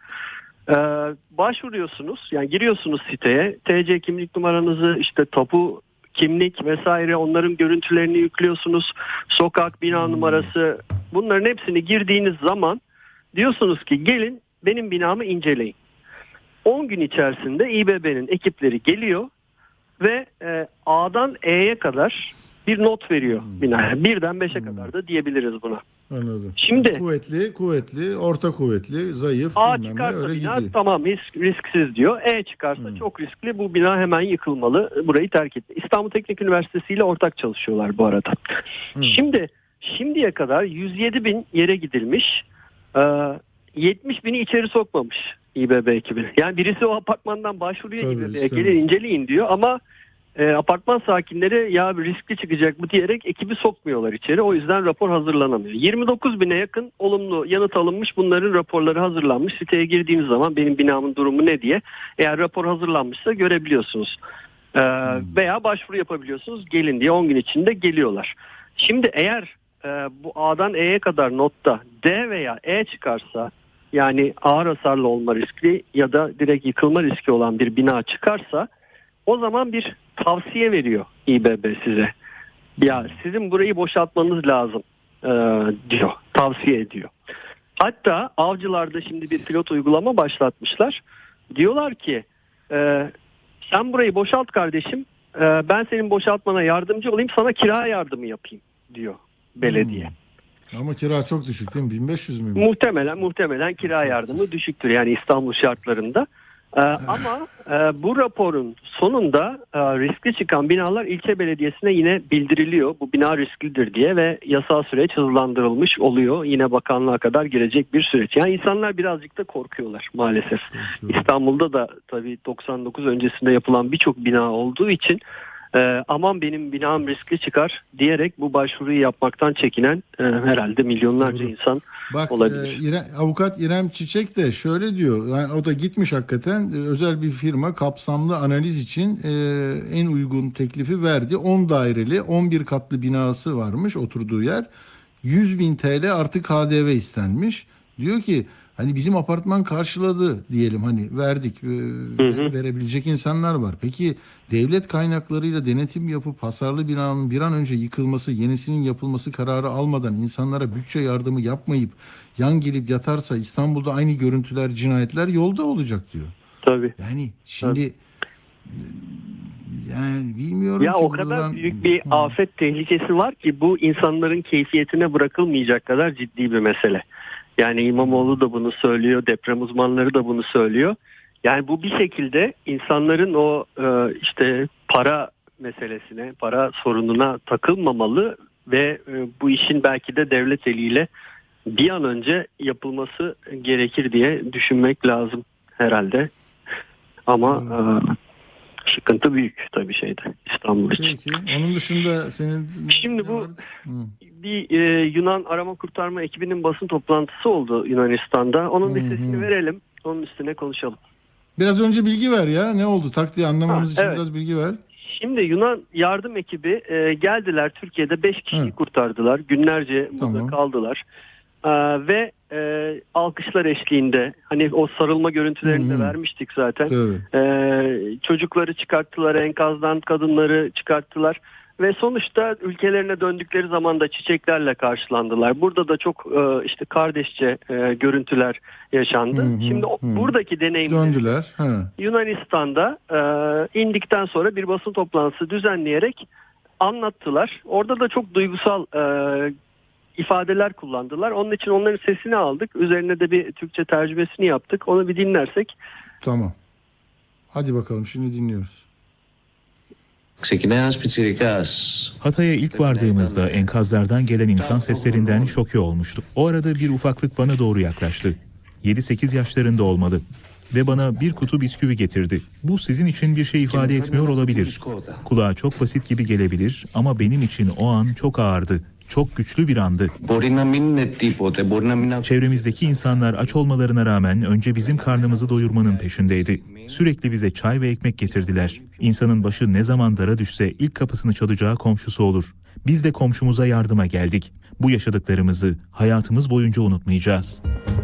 Başvuruyorsunuz, yani giriyorsunuz siteye, TC kimlik numaranızı, işte tapu kimlik vesaire, onların görüntülerini yüklüyorsunuz. Sokak, bina numarası, bunların hepsini girdiğiniz zaman diyorsunuz ki gelin benim binamı inceleyin. 10 gün içerisinde İBB'nin ekipleri geliyor ve A'dan E'ye kadar bir not veriyor binaya. 1'den 5'e kadar da diyebiliriz buna. Anladım. Şimdi kuvvetli, orta kuvvetli, zayıf, A çıkarsa bina tamam risksiz diyor. E çıkarsa çok riskli, bu bina hemen yıkılmalı, burayı terk et. İstanbul Teknik Üniversitesi ile ortak çalışıyorlar bu arada. Şimdiye kadar 107 bin yere gidilmiş, 70 bini içeri sokmamış İBB ekibi. Yani birisi o apartmandan başvuruyor gibi gelin inceleyin diyor ama apartman sakinleri ya riskli çıkacak bu diyerek ekibi sokmuyorlar içeri. O yüzden rapor hazırlanamıyor. 29 bine yakın olumlu yanıt alınmış. Bunların raporları hazırlanmış. Siteye girdiğiniz zaman benim binamın durumu ne diye, eğer rapor hazırlanmışsa görebiliyorsunuz. Veya başvuru yapabiliyorsunuz. Gelin diye 10 gün içinde geliyorlar. Şimdi eğer bu A'dan E'ye kadar notta D veya E çıkarsa, yani ağır hasarlı olma riskli ya da direkt yıkılma riski olan bir bina çıkarsa, o zaman bir tavsiye veriyor İBB size. Ya sizin burayı boşaltmanız lazım diyor. Tavsiye ediyor. Hatta Avcılar'da şimdi bir pilot uygulama başlatmışlar. Diyorlar ki sen burayı boşalt kardeşim. Ben senin boşaltmana yardımcı olayım. Sana kira yardımı yapayım diyor belediye. Ama kira çok düşük değil mi? 1500 mü? Muhtemelen kira yardımı düşüktür. Yani İstanbul şartlarında. Ama bu raporun sonunda riskli çıkan binalar ilçe belediyesine yine bildiriliyor. Bu bina risklidir diye ve yasal süreç hızlandırılmış oluyor. Yine bakanlığa kadar girecek bir süreç. Yani insanlar birazcık da korkuyorlar maalesef. İstanbul'da da tabii 99 öncesinde yapılan birçok bina olduğu için Aman benim binam riskli çıkar diyerek bu başvuruyu yapmaktan çekinen herhalde milyonlarca insan Bak, olabilir. Avukat İrem Çiçek de şöyle diyor. Yani o da gitmiş hakikaten, özel bir firma kapsamlı analiz için en uygun teklifi verdi. 10 daireli 11 katlı binası varmış oturduğu yer. 100.000 TL artı KDV istenmiş. Diyor ki hani bizim apartman karşıladı diyelim, hani verdik, verebilecek insanlar var. Peki devlet kaynaklarıyla denetim yapıp hasarlı binanın bir an önce yıkılması, yenisinin yapılması kararı almadan insanlara bütçe yardımı yapmayıp yan gelip yatarsa İstanbul'da aynı görüntüler, cinayetler yolda olacak diyor. Tabii. Yani şimdi yani bilmiyorum ya ki o kadar büyük bir afet tehlikesi var ki bu insanların keyfiyetine bırakılmayacak kadar ciddi bir mesele. Yani İmamoğlu da bunu söylüyor, deprem uzmanları da bunu söylüyor. Yani bu bir şekilde insanların o işte para meselesine, para sorununa takılmamalı ve bu işin belki de devlet eliyle bir an önce yapılması gerekir diye düşünmek lazım herhalde. Ama sıkıntı büyük tabii İstanbul için. Peki. Onun dışında senin... Şimdi bu bir Yunan arama kurtarma ekibinin basın toplantısı oldu Yunanistan'da. Onun listesini verelim. Onun üstüne konuşalım. Biraz önce bilgi ver ya. Ne oldu? Taktiği anlamamız için evet. Biraz bilgi ver. Şimdi Yunan yardım ekibi geldiler. Türkiye'de 5 kişiyi kurtardılar. Günlerce burada kaldılar. Ve alkışlar eşliğinde, hani o sarılma görüntülerini de vermiştik zaten. Çocukları çıkarttılar, enkazdan kadınları çıkarttılar ve sonuçta ülkelerine döndükleri zaman da çiçeklerle karşılandılar. Burada da çok işte kardeşçe görüntüler yaşandı. Şimdi buradaki deneyimleri Yunanistan'da indikten sonra bir basın toplantısı düzenleyerek anlattılar. Orada da çok duygusal ifadeler kullandılar. Onun için onların sesini aldık. Üzerine de bir Türkçe tercümesini yaptık. Onu bir dinlersek. Tamam. Hadi bakalım, şimdi dinliyoruz. Hatay'a ilk vardığımızda enkazlardan gelen insan seslerinden şoke olmuştum. O arada bir ufaklık bana doğru yaklaştı. 7-8 yaşlarında olmalı. Ve bana bir kutu bisküvi getirdi. Bu sizin için bir şey ifade etmiyor olabilir. Kulağa çok basit gibi gelebilir ama benim için o an çok ağırdı. Çok güçlü bir andı. Çevremizdeki insanlar aç olmalarına rağmen önce bizim karnımızı doyurmanın peşindeydi. Sürekli bize çay ve ekmek getirdiler. İnsanın başı ne zaman dara düşse ilk kapısını çalacağı komşusu olur. Biz de komşumuza yardıma geldik. Bu yaşadıklarımızı hayatımız boyunca unutmayacağız.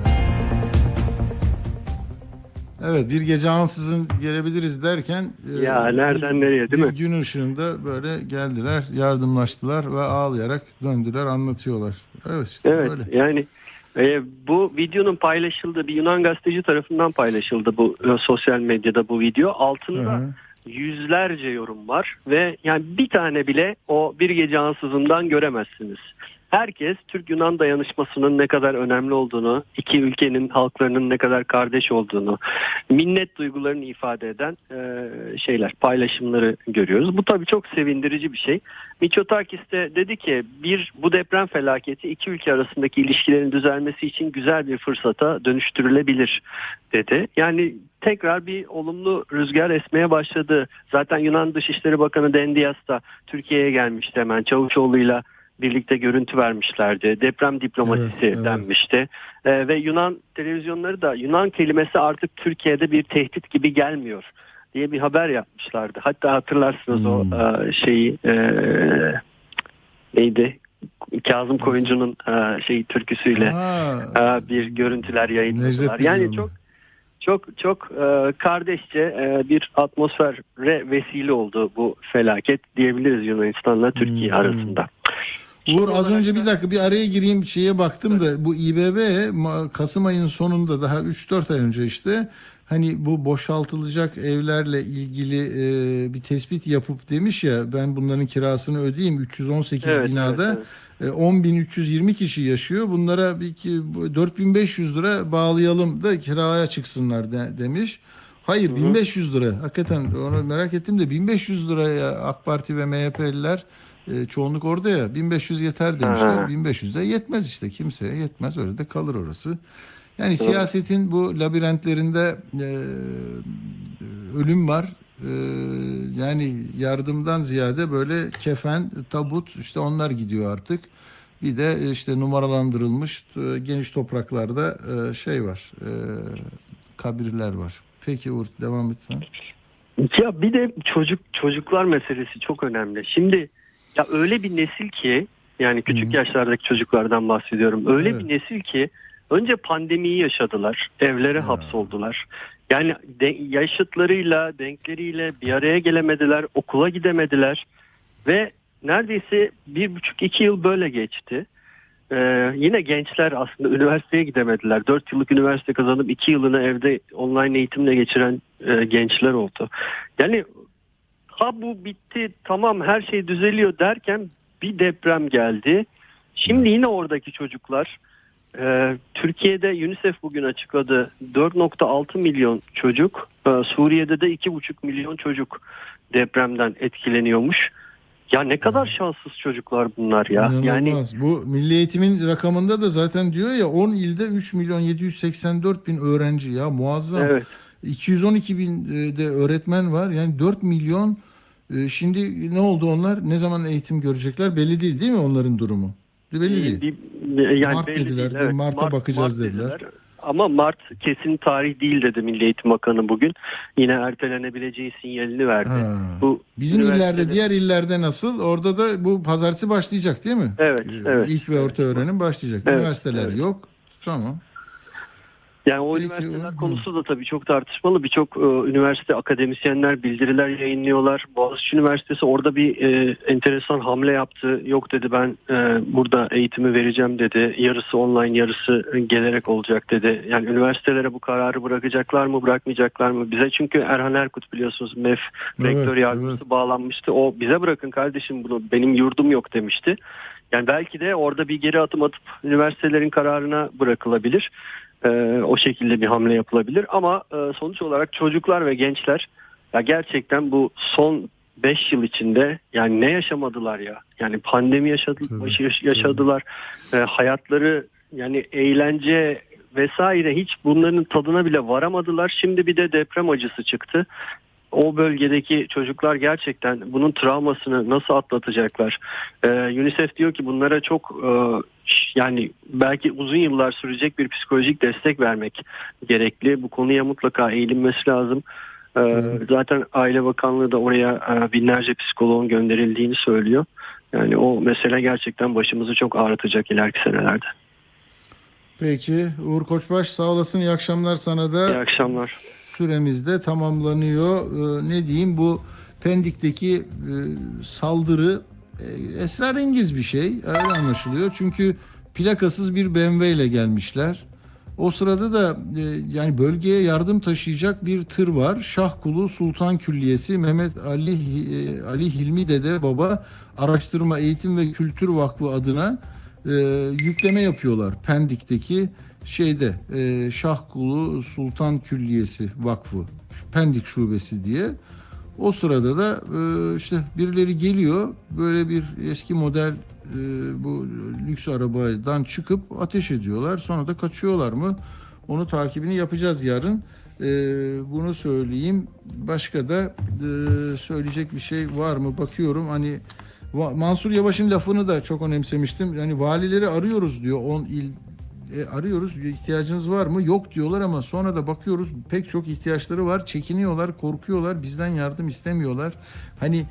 Evet, bir gece ansızın gelebiliriz derken ya nereden nereye değil mi? Gün ışığında böyle geldiler, yardımlaştılar ve ağlayarak döndüler, anlatıyorlar. Evet işte evet, böyle. Yani bu videonun paylaşıldığı bir Yunan gazeteci tarafından paylaşıldı bu sosyal medyada bu video. Altında yüzlerce yorum var ve yani bir tane bile o bir gece ansızından göremezsiniz. Herkes Türk-Yunan dayanışmasının ne kadar önemli olduğunu, iki ülkenin halklarının ne kadar kardeş olduğunu, minnet duygularını ifade eden paylaşımları görüyoruz. Bu tabii çok sevindirici bir şey. Mitsotakis de dedi ki bu deprem felaketi iki ülke arasındaki ilişkilerin düzelmesi için güzel bir fırsata dönüştürülebilir dedi. Yani tekrar bir olumlu rüzgar esmeye başladı. Zaten Yunan Dışişleri Bakanı Dendias da Türkiye'ye gelmişti hemen Çavuşoğlu'yla birlikte görüntü vermişlerdi. Deprem diplomasisi denmişti. Ve Yunan televizyonları da Yunan kelimesi artık Türkiye'de bir tehdit gibi gelmiyor diye bir haber yapmışlardı. Hatta hatırlarsınız o neydi? Kazım Koyuncu'nun türküsüyle bir görüntüler yayınladılar. Yani çok kardeşçe bir atmosfere vesile oldu bu felaket diyebiliriz Yunanistan'la Türkiye arasında. Uğur, az önce bir araya gireyim, şeye baktım da bu İBB Kasım ayının sonunda, daha 3-4 ay önce işte hani bu boşaltılacak evlerle ilgili bir tespit yapıp demiş ya, ben bunların kirasını ödeyeyim, 318 binada 10.320 kişi yaşıyor, bunlara 4.500 lira bağlayalım da kiraya çıksınlar demiş. Hayır, 1500 lira. Hakikaten onu merak ettim de 1500 liraya AK Parti ve MHP'liler, çoğunluk orada ya, 1500 yeter demişler. 1500 de yetmez işte, kimseye yetmez, öyle de kalır orası. Yani siyasetin bu labirentlerinde ölüm var, Yani yardımdan ziyade böyle kefen, tabut işte onlar gidiyor artık. Bir de işte numaralandırılmış geniş topraklarda şey var, kabirler var. Peki Uğur, devam et sen. Ya bir de çocuklar meselesi çok önemli. Şimdi ya öyle bir nesil ki, yani küçük yaşlardaki çocuklardan bahsediyorum. Öyle bir nesil ki önce pandemiyi yaşadılar, evlere hapsoldular. Yani yaşıtlarıyla, denkleriyle bir araya gelemediler, okula gidemediler ve neredeyse 1,5-2 yıl böyle geçti. Yine gençler aslında üniversiteye gidemediler. 4 yıllık üniversite kazanıp 2 yılını evde online eğitimle geçiren gençler oldu. Yani bu bitti, tamam her şey düzeliyor derken bir deprem geldi. Şimdi yine oradaki çocuklar, Türkiye'de UNICEF bugün açıkladı, 4,6 milyon çocuk, Suriye'de de 2,5 milyon çocuk depremden etkileniyormuş. Ya ne kadar şanssız çocuklar bunlar ya. İnanılmaz. Yani bu Milli Eğitim'in rakamında da zaten diyor ya 10 ilde 3 milyon 784 bin öğrenci, ya muazzam. Evet. 212 bin de öğretmen var. Yani 4 milyon. Şimdi ne oldu onlar? Ne zaman eğitim görecekler? Belli değil mi onların durumu? Belli değil. Yani Mart belli dediler. değil, evet. Mart'a bakacağız dediler. Ama Mart kesin tarih değil dedi Milli Eğitim Bakanı bugün. Yine ertelenebileceği sinyalini verdi. Bu bizim illerde, diğer illerde nasıl? Orada da bu pazartesi başlayacak değil mi? Evet. İlk ve orta öğrenim başlayacak. Evet, Üniversiteler yok. Tamam. Yani o üniversiteler konusu da tabii çok tartışmalı. Birçok üniversite akademisyenler bildiriler yayınlıyorlar. Boğaziçi Üniversitesi orada bir enteresan hamle yaptı. Yok dedi, ben burada eğitimi vereceğim dedi. Yarısı online, yarısı gelerek olacak dedi. Yani üniversitelere bu kararı bırakacaklar mı, bırakmayacaklar mı? Bize çünkü Erhan Erkut biliyorsunuz MEF rektör yardımcısı bağlanmıştı. O bize bırakın kardeşim bunu, benim yurdum yok demişti. Yani belki de orada bir geri adım atıp üniversitelerin kararına bırakılabilir. O şekilde bir hamle yapılabilir ama sonuç olarak çocuklar ve gençler ya gerçekten bu son 5 yıl içinde yani ne yaşamadılar ya, yani pandemi yaşadılar, hayatları yani eğlence vesaire hiç bunların tadına bile varamadılar. Şimdi bir de deprem acısı çıktı. O bölgedeki çocuklar gerçekten bunun travmasını nasıl atlatacaklar? UNICEF diyor ki bunlara çok yani belki uzun yıllar sürecek bir psikolojik destek vermek gerekli. Bu konuya mutlaka eğilinmesi lazım. Zaten Aile Bakanlığı da oraya binlerce psikoloğun gönderildiğini söylüyor. Yani o mesele gerçekten başımızı çok ağrıtacak ileriki senelerde. Peki Uğur Koçbaş, sağ olasın. İyi akşamlar sana da. İyi akşamlar. Süremiz de tamamlanıyor. Ne diyeyim, bu Pendik'teki saldırı esrarengiz bir şey. Öyle anlaşılıyor. Çünkü plakasız bir BMW ile gelmişler. O sırada da yani bölgeye yardım taşıyacak bir tır var. Şahkulu Sultan Külliyesi Mehmet Ali Hilmi Dede Baba Araştırma Eğitim ve Kültür Vakfı adına yükleme yapıyorlar. Pendik'teki Şahkulu Sultan Külliyesi Vakfı Pendik Şubesi diye. O sırada da işte birileri geliyor, böyle bir eski model bu lüks arabadan çıkıp ateş ediyorlar. Sonra da kaçıyorlar mı? Onu takibini yapacağız yarın. Bunu söyleyeyim. Başka da söyleyecek bir şey var mı? Bakıyorum, hani Mansur Yavaş'ın lafını da çok önemsemiştim. Yani valileri arıyoruz diyor, 10 il arıyoruz, ihtiyacınız var mı? Yok diyorlar ama sonra da bakıyoruz pek çok ihtiyaçları var. Çekiniyorlar, korkuyorlar, bizden yardım istemiyorlar. Hani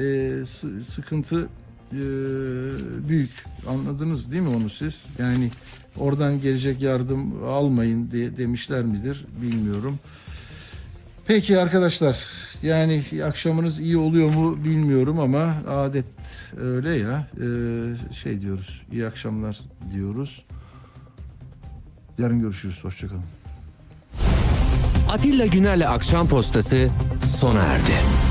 sıkıntı büyük. Anladınız değil mi onu siz? Yani oradan gelecek yardım almayın diye demişler midir bilmiyorum. Peki arkadaşlar, yani akşamınız iyi oluyor mu bilmiyorum ama adet öyle ya. Diyoruz, iyi akşamlar diyoruz. Yarın görüşürüz. Hoşçakalın. Atilla Güner'le Akşam Postası sona erdi.